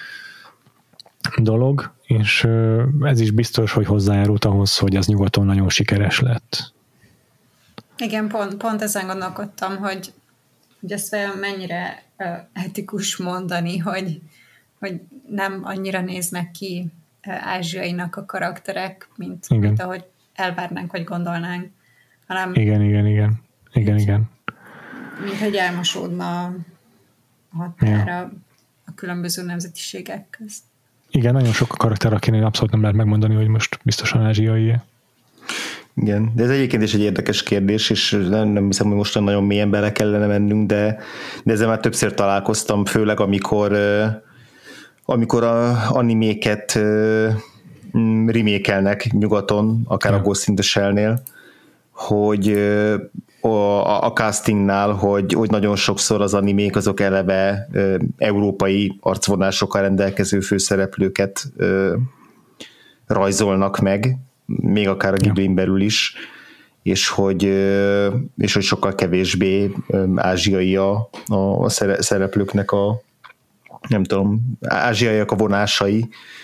dolog, és ez is biztos, hogy hozzájárult ahhoz, hogy az nyugaton nagyon sikeres lett. Igen, pont ezen gondolkodtam, hogy ezt mennyire etikus mondani, hogy nem annyira néznek ki ázsiainak a karakterek, mint ahogy elvárnánk, vagy gondolnánk, hanem igen. Mint hogy elmosódna a határa a különböző nemzetiségek közt. Igen, nagyon sok a karakter, akinél abszolút nem lehet megmondani, hogy most biztosan ázsiai-e. Igen, de ez egyébként is egy érdekes kérdés, és nem hiszem, hogy most nagyon mélyen bele kellene mennünk, de ezzel már többször találkoztam, főleg amikor a animéket remékelnek nyugaton, akár a Ghost in the Shell-nél, hogy a castingnál, hogy nagyon sokszor az animék azok eleve európai arcvonásokkal rendelkező főszereplőket rajzolnak meg, még akár a Ghiblin belül is, és hogy sokkal kevésbé ázsiai a szereplőknek nem tudom, ázsiaiak a vonásai,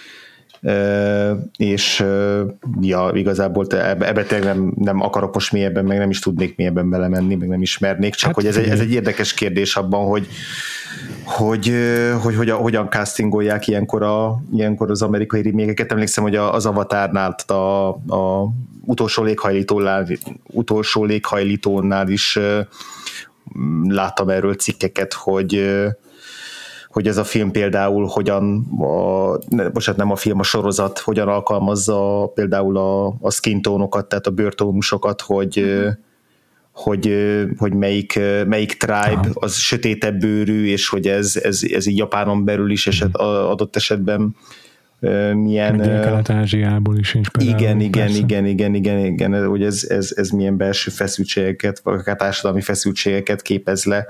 és igazából ebbe tényleg nem akarok most mélyebben, meg nem is tudnék mélyebben belemenni, meg nem ismernék, csak hogy ez egy érdekes kérdés abban, hogy hogyan castingolják ilyenkor az amerikai remékeket. Emlékszem, hogy az Avatarnál, a utolsó léghajlítónál is láttam erről cikkeket, hogy ez a film például nem a film, a sorozat hogyan alkalmazza például a skin tónokat, tehát a bőrtónusokat, hogy melyik tribe az sötétebb bőrű, és hogy ez így Japánon belül is adott esetben milyen... Kelet-Ázsiából is inspiráló. Igen, hogy ez milyen belső feszültségeket, vagy akár társadalmi feszültségeket képez le.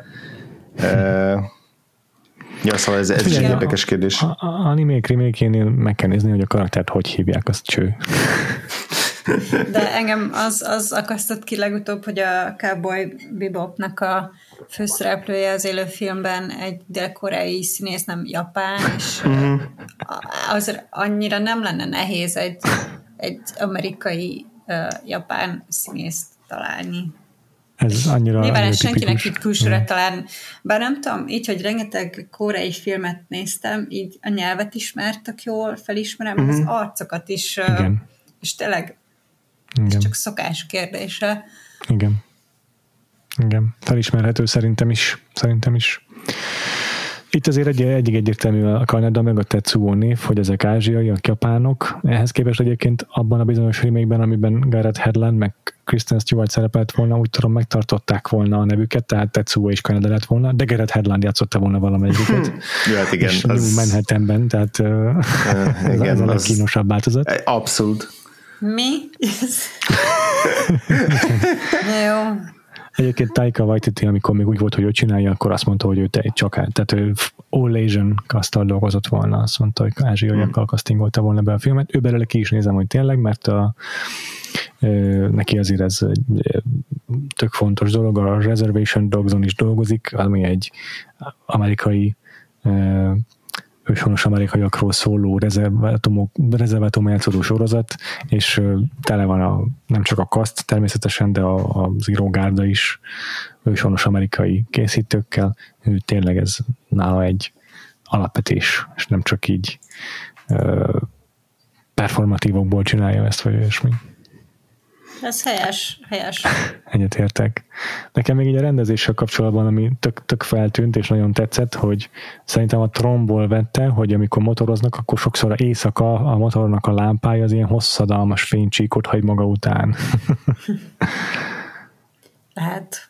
Szóval ez is egy érdekes kérdés. A animék remékénél meg kell nézni, hogy a karaktert hogy hívják, azt cső. De engem az akasztott ki legutóbb, hogy a Cowboy Bebopnak a főszereplője az élőfilmben egy dél-koreai színész, nem japán, és azért annyira nem lenne nehéz egy amerikai japán színészt találni. Ez annyira nyilván senkinek itt külsőre talán, bár nem tudom, így, hogy rengeteg koreai filmet néztem, így a nyelvet ismert, tök jól felismerem, az arcokat is, és tényleg ez csak szokás kérdése. Igen, felismerhető szerintem is. Itt azért egyértelmű a Kanada meg a Tetsuo név, hogy ezek ázsiaiak, japánok. Ehhez képest egyébként abban a bizonyos remake-ben, amiben Gareth Hedlund meg Kristen Stewart szerepelt volna, úgy tudom, megtartották volna a nevüket, tehát Tetsuo és Kanada lett volna, de Gareth Hedlund játszotta volna valamelyiket. Ja, hát igen. És az... Manhattanben, tehát ez a legkínosabb változat. Abszolút. Mi? Jó. Egyébként Taika Waititi, amikor még úgy volt, hogy ő csinálja, akkor azt mondta, hogy ő tehát ő All Asian cast-tal dolgozott volna, azt mondta, hogy ázsiaiakkal castingolta volna be a filmet. Ő belőle ki is nézem, hogy tényleg, mert neki azért ez egy tök fontos dolog, a Reservation Dogson is dolgozik, ami egy amerikai őshonos amerikaiakról szóló rezervátum játszódó sorozat, és tele van nem csak a cast természetesen, de az írógárda is őshonos amerikai készítőkkel. Tényleg ez nála egy alapvetés, és nem csak így performatívokból csinálja ezt, vagy olyasmi. Ez helyes. Egyetértek. Nekem még így a rendezéssel kapcsolatban, ami tök feltűnt, és nagyon tetszett, hogy szerintem a Tronból vette, hogy amikor motoroznak, akkor sokszor éjszaka a motornak a lámpája az ilyen hosszadalmas fénycsíkot hagy maga után. Lehet.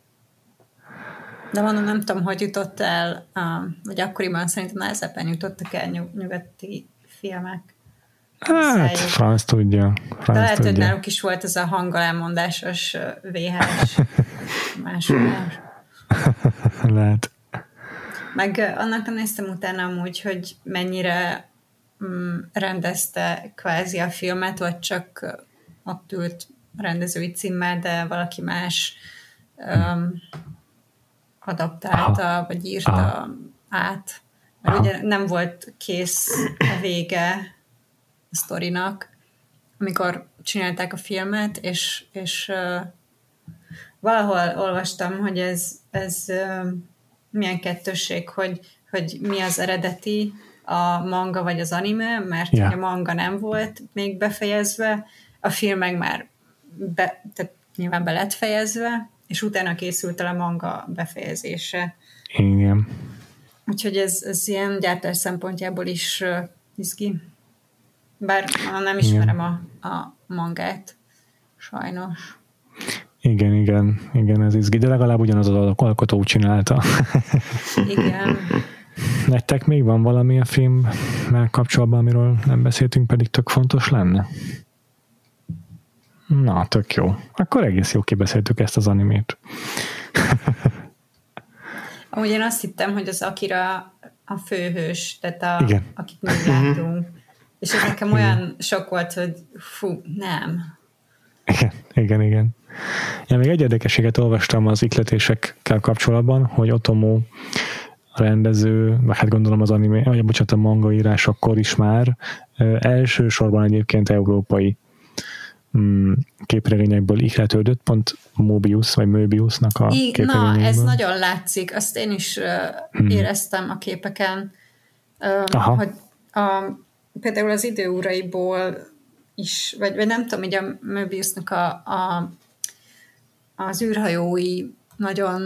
De mondom, nem tudom, hogy jutott el, vagy akkoriban szerintem nehezebben jutottak el nyugati filmek. Hát, franc tudja. De lehet, hogy náluk is volt ez a hangalámondásos VHS másolás. Lehet. Meg annak nem néztem utána amúgy, hogy mennyire rendezte kvázi a filmet, vagy csak ott ült rendezői címmel, de valaki más adaptálta, vagy írta át. Mert ugye nem volt kész a vége a sztorinak, amikor csinálták a filmet, és valahol olvastam, hogy ez milyen kettősség, hogy mi az eredeti, a manga vagy az anime, mert a manga nem volt még befejezve, a film meg már tehát nyilván be lett fejezve, és utána készült el a manga befejezése. Igen. Úgyhogy ez ilyen gyártás szempontjából is izgi. Bár nem ismerem a mangát, sajnos. Igen, ez izgi, de legalább ugyanaz az alkotó csinálta. Igen. Nektek még van valami a filmmel kapcsolatban, amiről nem beszéltünk, pedig tök fontos lenne? Na, tök jó. Akkor egész jó kibeszéltük ezt az animét. Amúgy én azt hittem, hogy az Akira a főhős, tehát akit még látunk. És ez nekem olyan sok volt, hogy fú, nem. Igen. Én még egy érdekességet olvastam az ihletésekkel kapcsolatban, hogy Otomo rendező, vagy hát gondolom az anime, vagy bocsánat, a manga írásakor is már elsősorban egyébként európai képregényekből ihletődött, pont Mobius, vagy Möbiusnak a képregényekből. Na, ez nagyon látszik, azt én is éreztem a képeken, hogy például az Időuraiból is, vagy nem tudom, így a Möbiusnak az űrhajói nagyon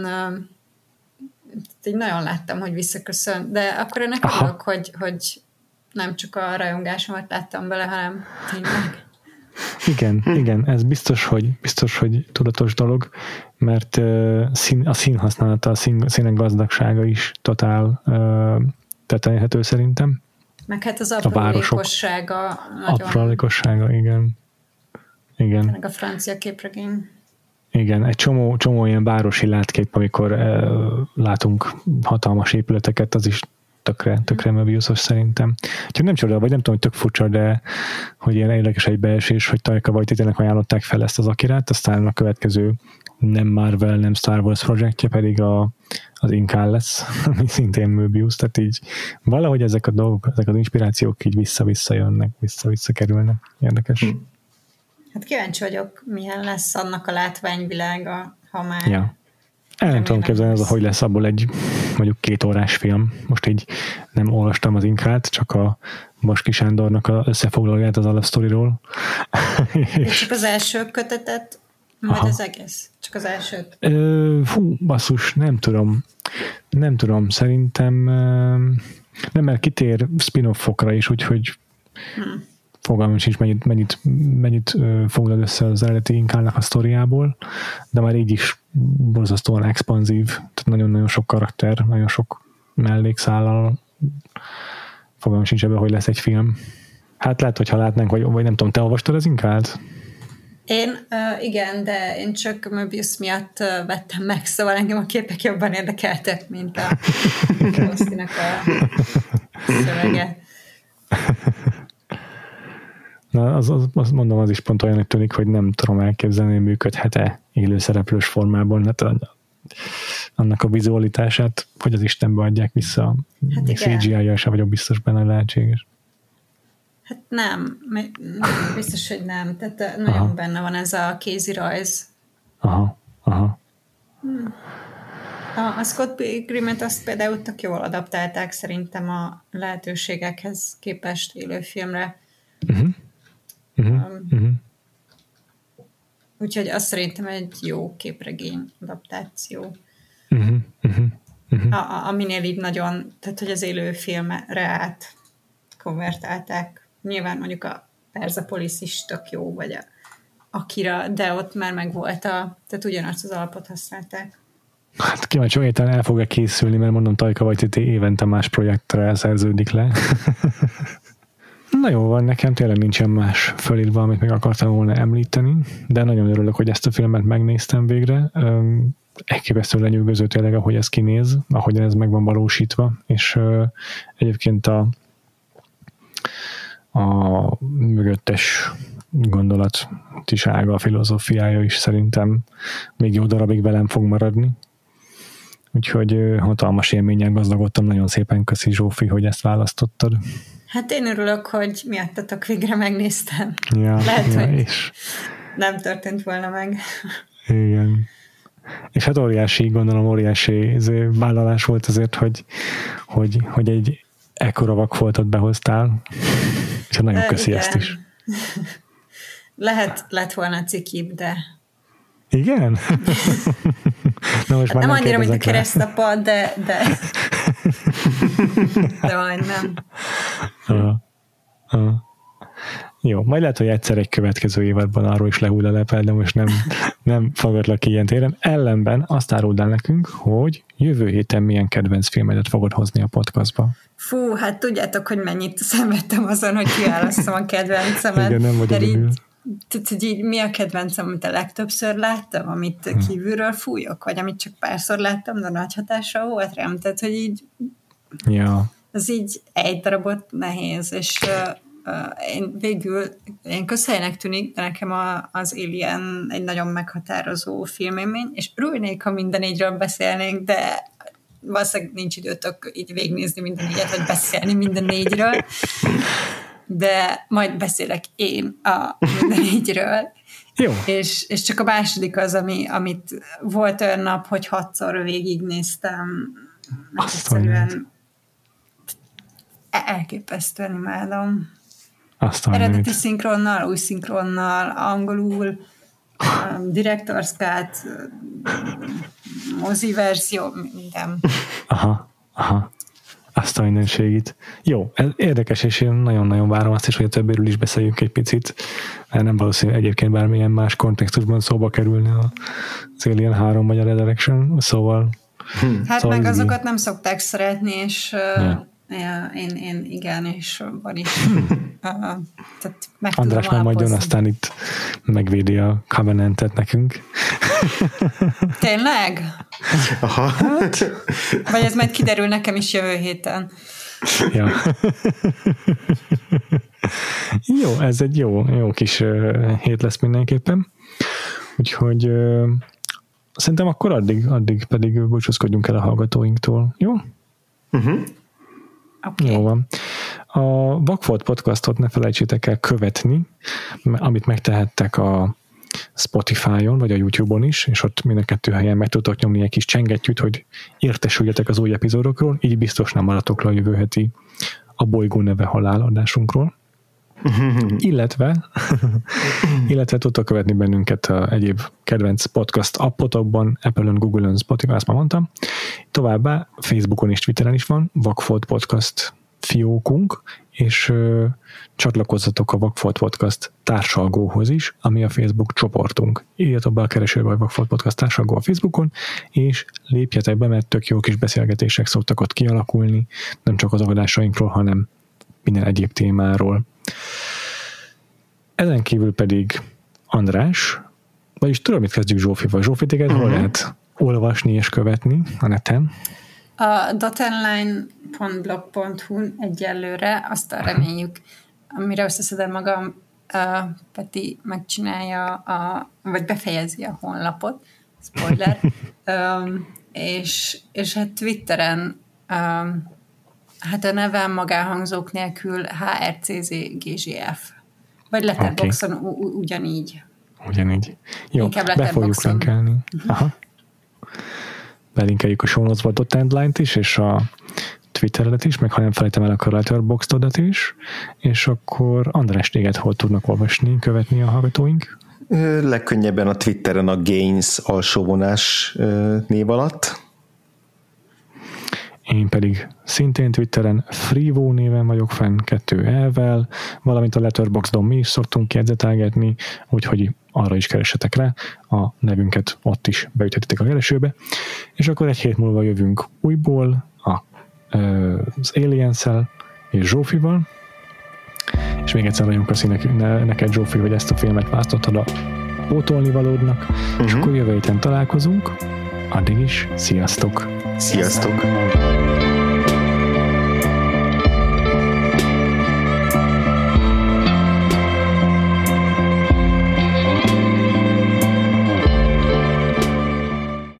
láttam, hogy visszaköszön, de akkor ennek örülök, hogy nem csak a rajongásomat láttam bele, hanem tényleg. Igen, ez biztos, hogy tudatos dolog, mert a színhasználata, a színek gazdagsága is totál tetelhető szerintem. Meg hát az aprólékossága. Aprólékossága, igen. Tényleg a francia képregény. Igen, egy csomó ilyen városi látkép, amikor látunk hatalmas épületeket, az is tökre Möbiusos szerintem. Csak nem csoda, vagy nem tudom, hogy tök furcsa, de hogy ilyen érdekes egy beesés, hogy Taika Waititinek ajánlották fel ezt az Akirát, aztán a következő nem Marvel, nem Star Wars projektje pedig az Incal lesz, ami szintén Möbius, tehát így valahogy ezek a dolgok, ezek az inspirációk így vissza-vissza jönnek, vissza-vissza kerülnek. Érdekes. Hát kíváncsi vagyok, milyen lesz annak a látványvilága, ha már... Ja. Nem tudom képzelni, hogy lesz abból egy mondjuk 2 órás film. Most így nem olvastam az Inkát, csak a Baski Sándornak az összefoglalóját az alapsztoriról. Csak az első kötetet Vagy az egész? Csak az elsőt? Basszus, nem tudom, szerintem nem, mert kitér spin-offokra is, úgyhogy fogalmam sincs, mennyit foglal össze az eredeti Inkálnak a sztoriából, de már így is borzasztóan expanzív, tehát nagyon-nagyon sok karakter, nagyon sok mellékszállal, fogalmam sincs ebben, hogy lesz egy film. Hát lehet, hogyha látnánk, vagy nem tudom, te olvastad az Inkált? Én igen, de én csak Möbius miatt vettem meg, szóval engem a képek jobban érdekeltek, mint a Osztinak a szövege. Na, azt mondom, az is pont olyan, hogy tűnik, hogy nem tudom elképzelni, hogy működhet-e élő szereplős formában, hát annak a vizualitását, hogy az Istenbe adják vissza, hát CGI-jal sem vagyok biztos benne lehetséges. Hát nem, biztos, hogy nem. Tehát nagyon benne van ez a kézirajz. Aha. A Scott Pilgrimet azt például tök jól adaptálták szerintem a lehetőségekhez képest élőfilmre. Úgyhogy azt szerintem egy jó képregény adaptáció. Aminél így nagyon, tehát hogy az élőfilmre át konvertálták. Nyilván mondjuk a Persepolis is tök jó, vagy a Akira, de ott már megvolt tehát ugyanazt az alapot használták. Hát kíváncsi, hogy el fog-e készülni, mert mondom, Taika Waititi évente más projektre szerződik le. Na jó van, nekem tényleg nincsen más fölírva, amit még akartam volna említeni, de nagyon örülök, hogy ezt a filmet megnéztem végre. Elképesztő lenyűgöző tényleg, ahogy ez kinéz, ahogyan ez meg van valósítva, és egyébként a mögöttes gondolatisága, a filozófiája is szerintem még jó darabig velem fog maradni. Úgyhogy hatalmas élménnyel gazdagodtam, nagyon szépen köszi Zsófi, hogy ezt választottad. Hát én örülök, hogy miattatok végre megnéztem. Ja, lehet, hogy és nem történt volna meg. Igen. És hát óriási vállalás volt azért, hogy egy ekkora vakfoltot behoztál. És nagyon köszi igen. ezt is. Lett volna cikibb, de... Igen? Na most hát nem annyira, mint a keresztapa, de majdnem. Jó, majd lehet, hogy egyszer egy következő évadban arról is lehull a lepel, de most nem fogadlak ki ilyen téren. Ellenben azt áruld el nekünk, hogy jövő héten milyen kedvenc filmedet fogod hozni a podcastba. Fú, hát tudjátok, hogy mennyit szenvedtem azon, hogy kiválasztom a kedvencemet. Igen, nem vagy egyedül. Így mi a kedvencem, amit a legtöbbször láttam, amit kívülről fújok, vagy amit csak párszor láttam, de nagy hatással volt rám. Tehát, hogy így az így egy darabot nehéz, és én közhelynek tűnik, de nekem az Alien egy nagyon meghatározó filmélmény, és örülnék, ha minden négyről beszélnénk, de valószínűleg nincs időtök így végignézni minden négyet, vagy beszélni minden négyről, de majd beszélek én a minden négyről. Jó. És csak a második az, amit volt olyan nap, hogy 6-szor végignéztem. Egyszerűen elképesztően imádom. Eredeti szinkronnal, új szinkronnal, angolul, director's cut, mozi verzió, minden. Aha. Azt a mindenségit. Jó, ez érdekes, és én nagyon-nagyon várom azt is, hogy a többiről is beszéljünk egy picit. Nem valószínű egyébként bármilyen más kontextusban szóba kerülne az Alien 3 vagy a Resurrection, szóval... Hát szóval meg azokat nem szokták szeretni, és én igen, és van is. Tehát meg András már majd jön, aztán itt megvédi a Covenantet nekünk. Tényleg? Aha. Hát? Vagy ez majd kiderül nekem is jövő héten. Ja. Jó, ez egy jó kis hét lesz mindenképpen. Úgyhogy szerintem akkor addig pedig búcsúzkodjunk el a hallgatóinktól. Jó? Okay. Jó van. A Vakfolt podcastot ne felejtsétek el követni, amit megtehettek a Spotify-on, vagy a YouTube-on is, és ott mind a kettő helyen meg tudtok nyomni egy kis csengettyűt, hogy értesüljetek az új epizódokról, így biztos nem maradtok le a jövő heti A bolygó neve halál adásunkról. illetve tudtok követni bennünket a egyéb kedvenc podcast appotokban, Apple-on, Google-on, Spotify, azt már mondtam. Továbbá Facebookon és Twitteren is van Vagfolt Podcast fiókunk, és csatlakozzatok a Vagfolt Podcast társalgóhoz is, ami a Facebook csoportunk. Írjatok be a keresőbe, hogy Vagfolt Podcast társalgó a Facebookon, és lépjetek be, mert tök jó kis beszélgetések szoktak ott kialakulni, nem csak az adásainkról, hanem minden egyéb témáról. Ezen kívül pedig András, vagyis tudom, mit kezdjük Zsófival. Zsófi, téged hol lehet olvasni és követni a neten? A dotenline.blog.hu-n egyelőre, aztán reméljük, amire összeszedem magam, Peti megcsinálja, vagy befejezi a honlapot, spoiler, és hát Twitteren, hát a nevem magánhangzók nélkül HRCZGGF, vagy Letterboxon ugyanígy. Ugyanígy. Jó, be fogjuk linkelni. Aha. Belinkeljük a show notes-ba a Dotendline-t is, és a Twitteret is, meg ha nem felejtem el, akkor a Letterboxd-odat is, és akkor András, téged hol tudnak olvasni, követni a hallgatóink? Legkönnyebben a Twitteren a Gains alsóvonás név alatt. Én pedig szintén Twitteren Freevo néven vagyok fenn 2 elvel, valamint a Letterboxdon mi is szoktunk jegyzetelgetni, úgyhogy arra is keressetek rá, a nevünket ott is beüthetitek a keresőbe, és akkor egy hét múlva jövünk újból az Aliens-szel és Zsófival, és még egyszer nagyon köszi neked, Zsófi, hogy ezt a filmet választottad a pótolnivalódnak, és akkor jövő héten találkozunk, addig is, sziasztok! Sziasztok!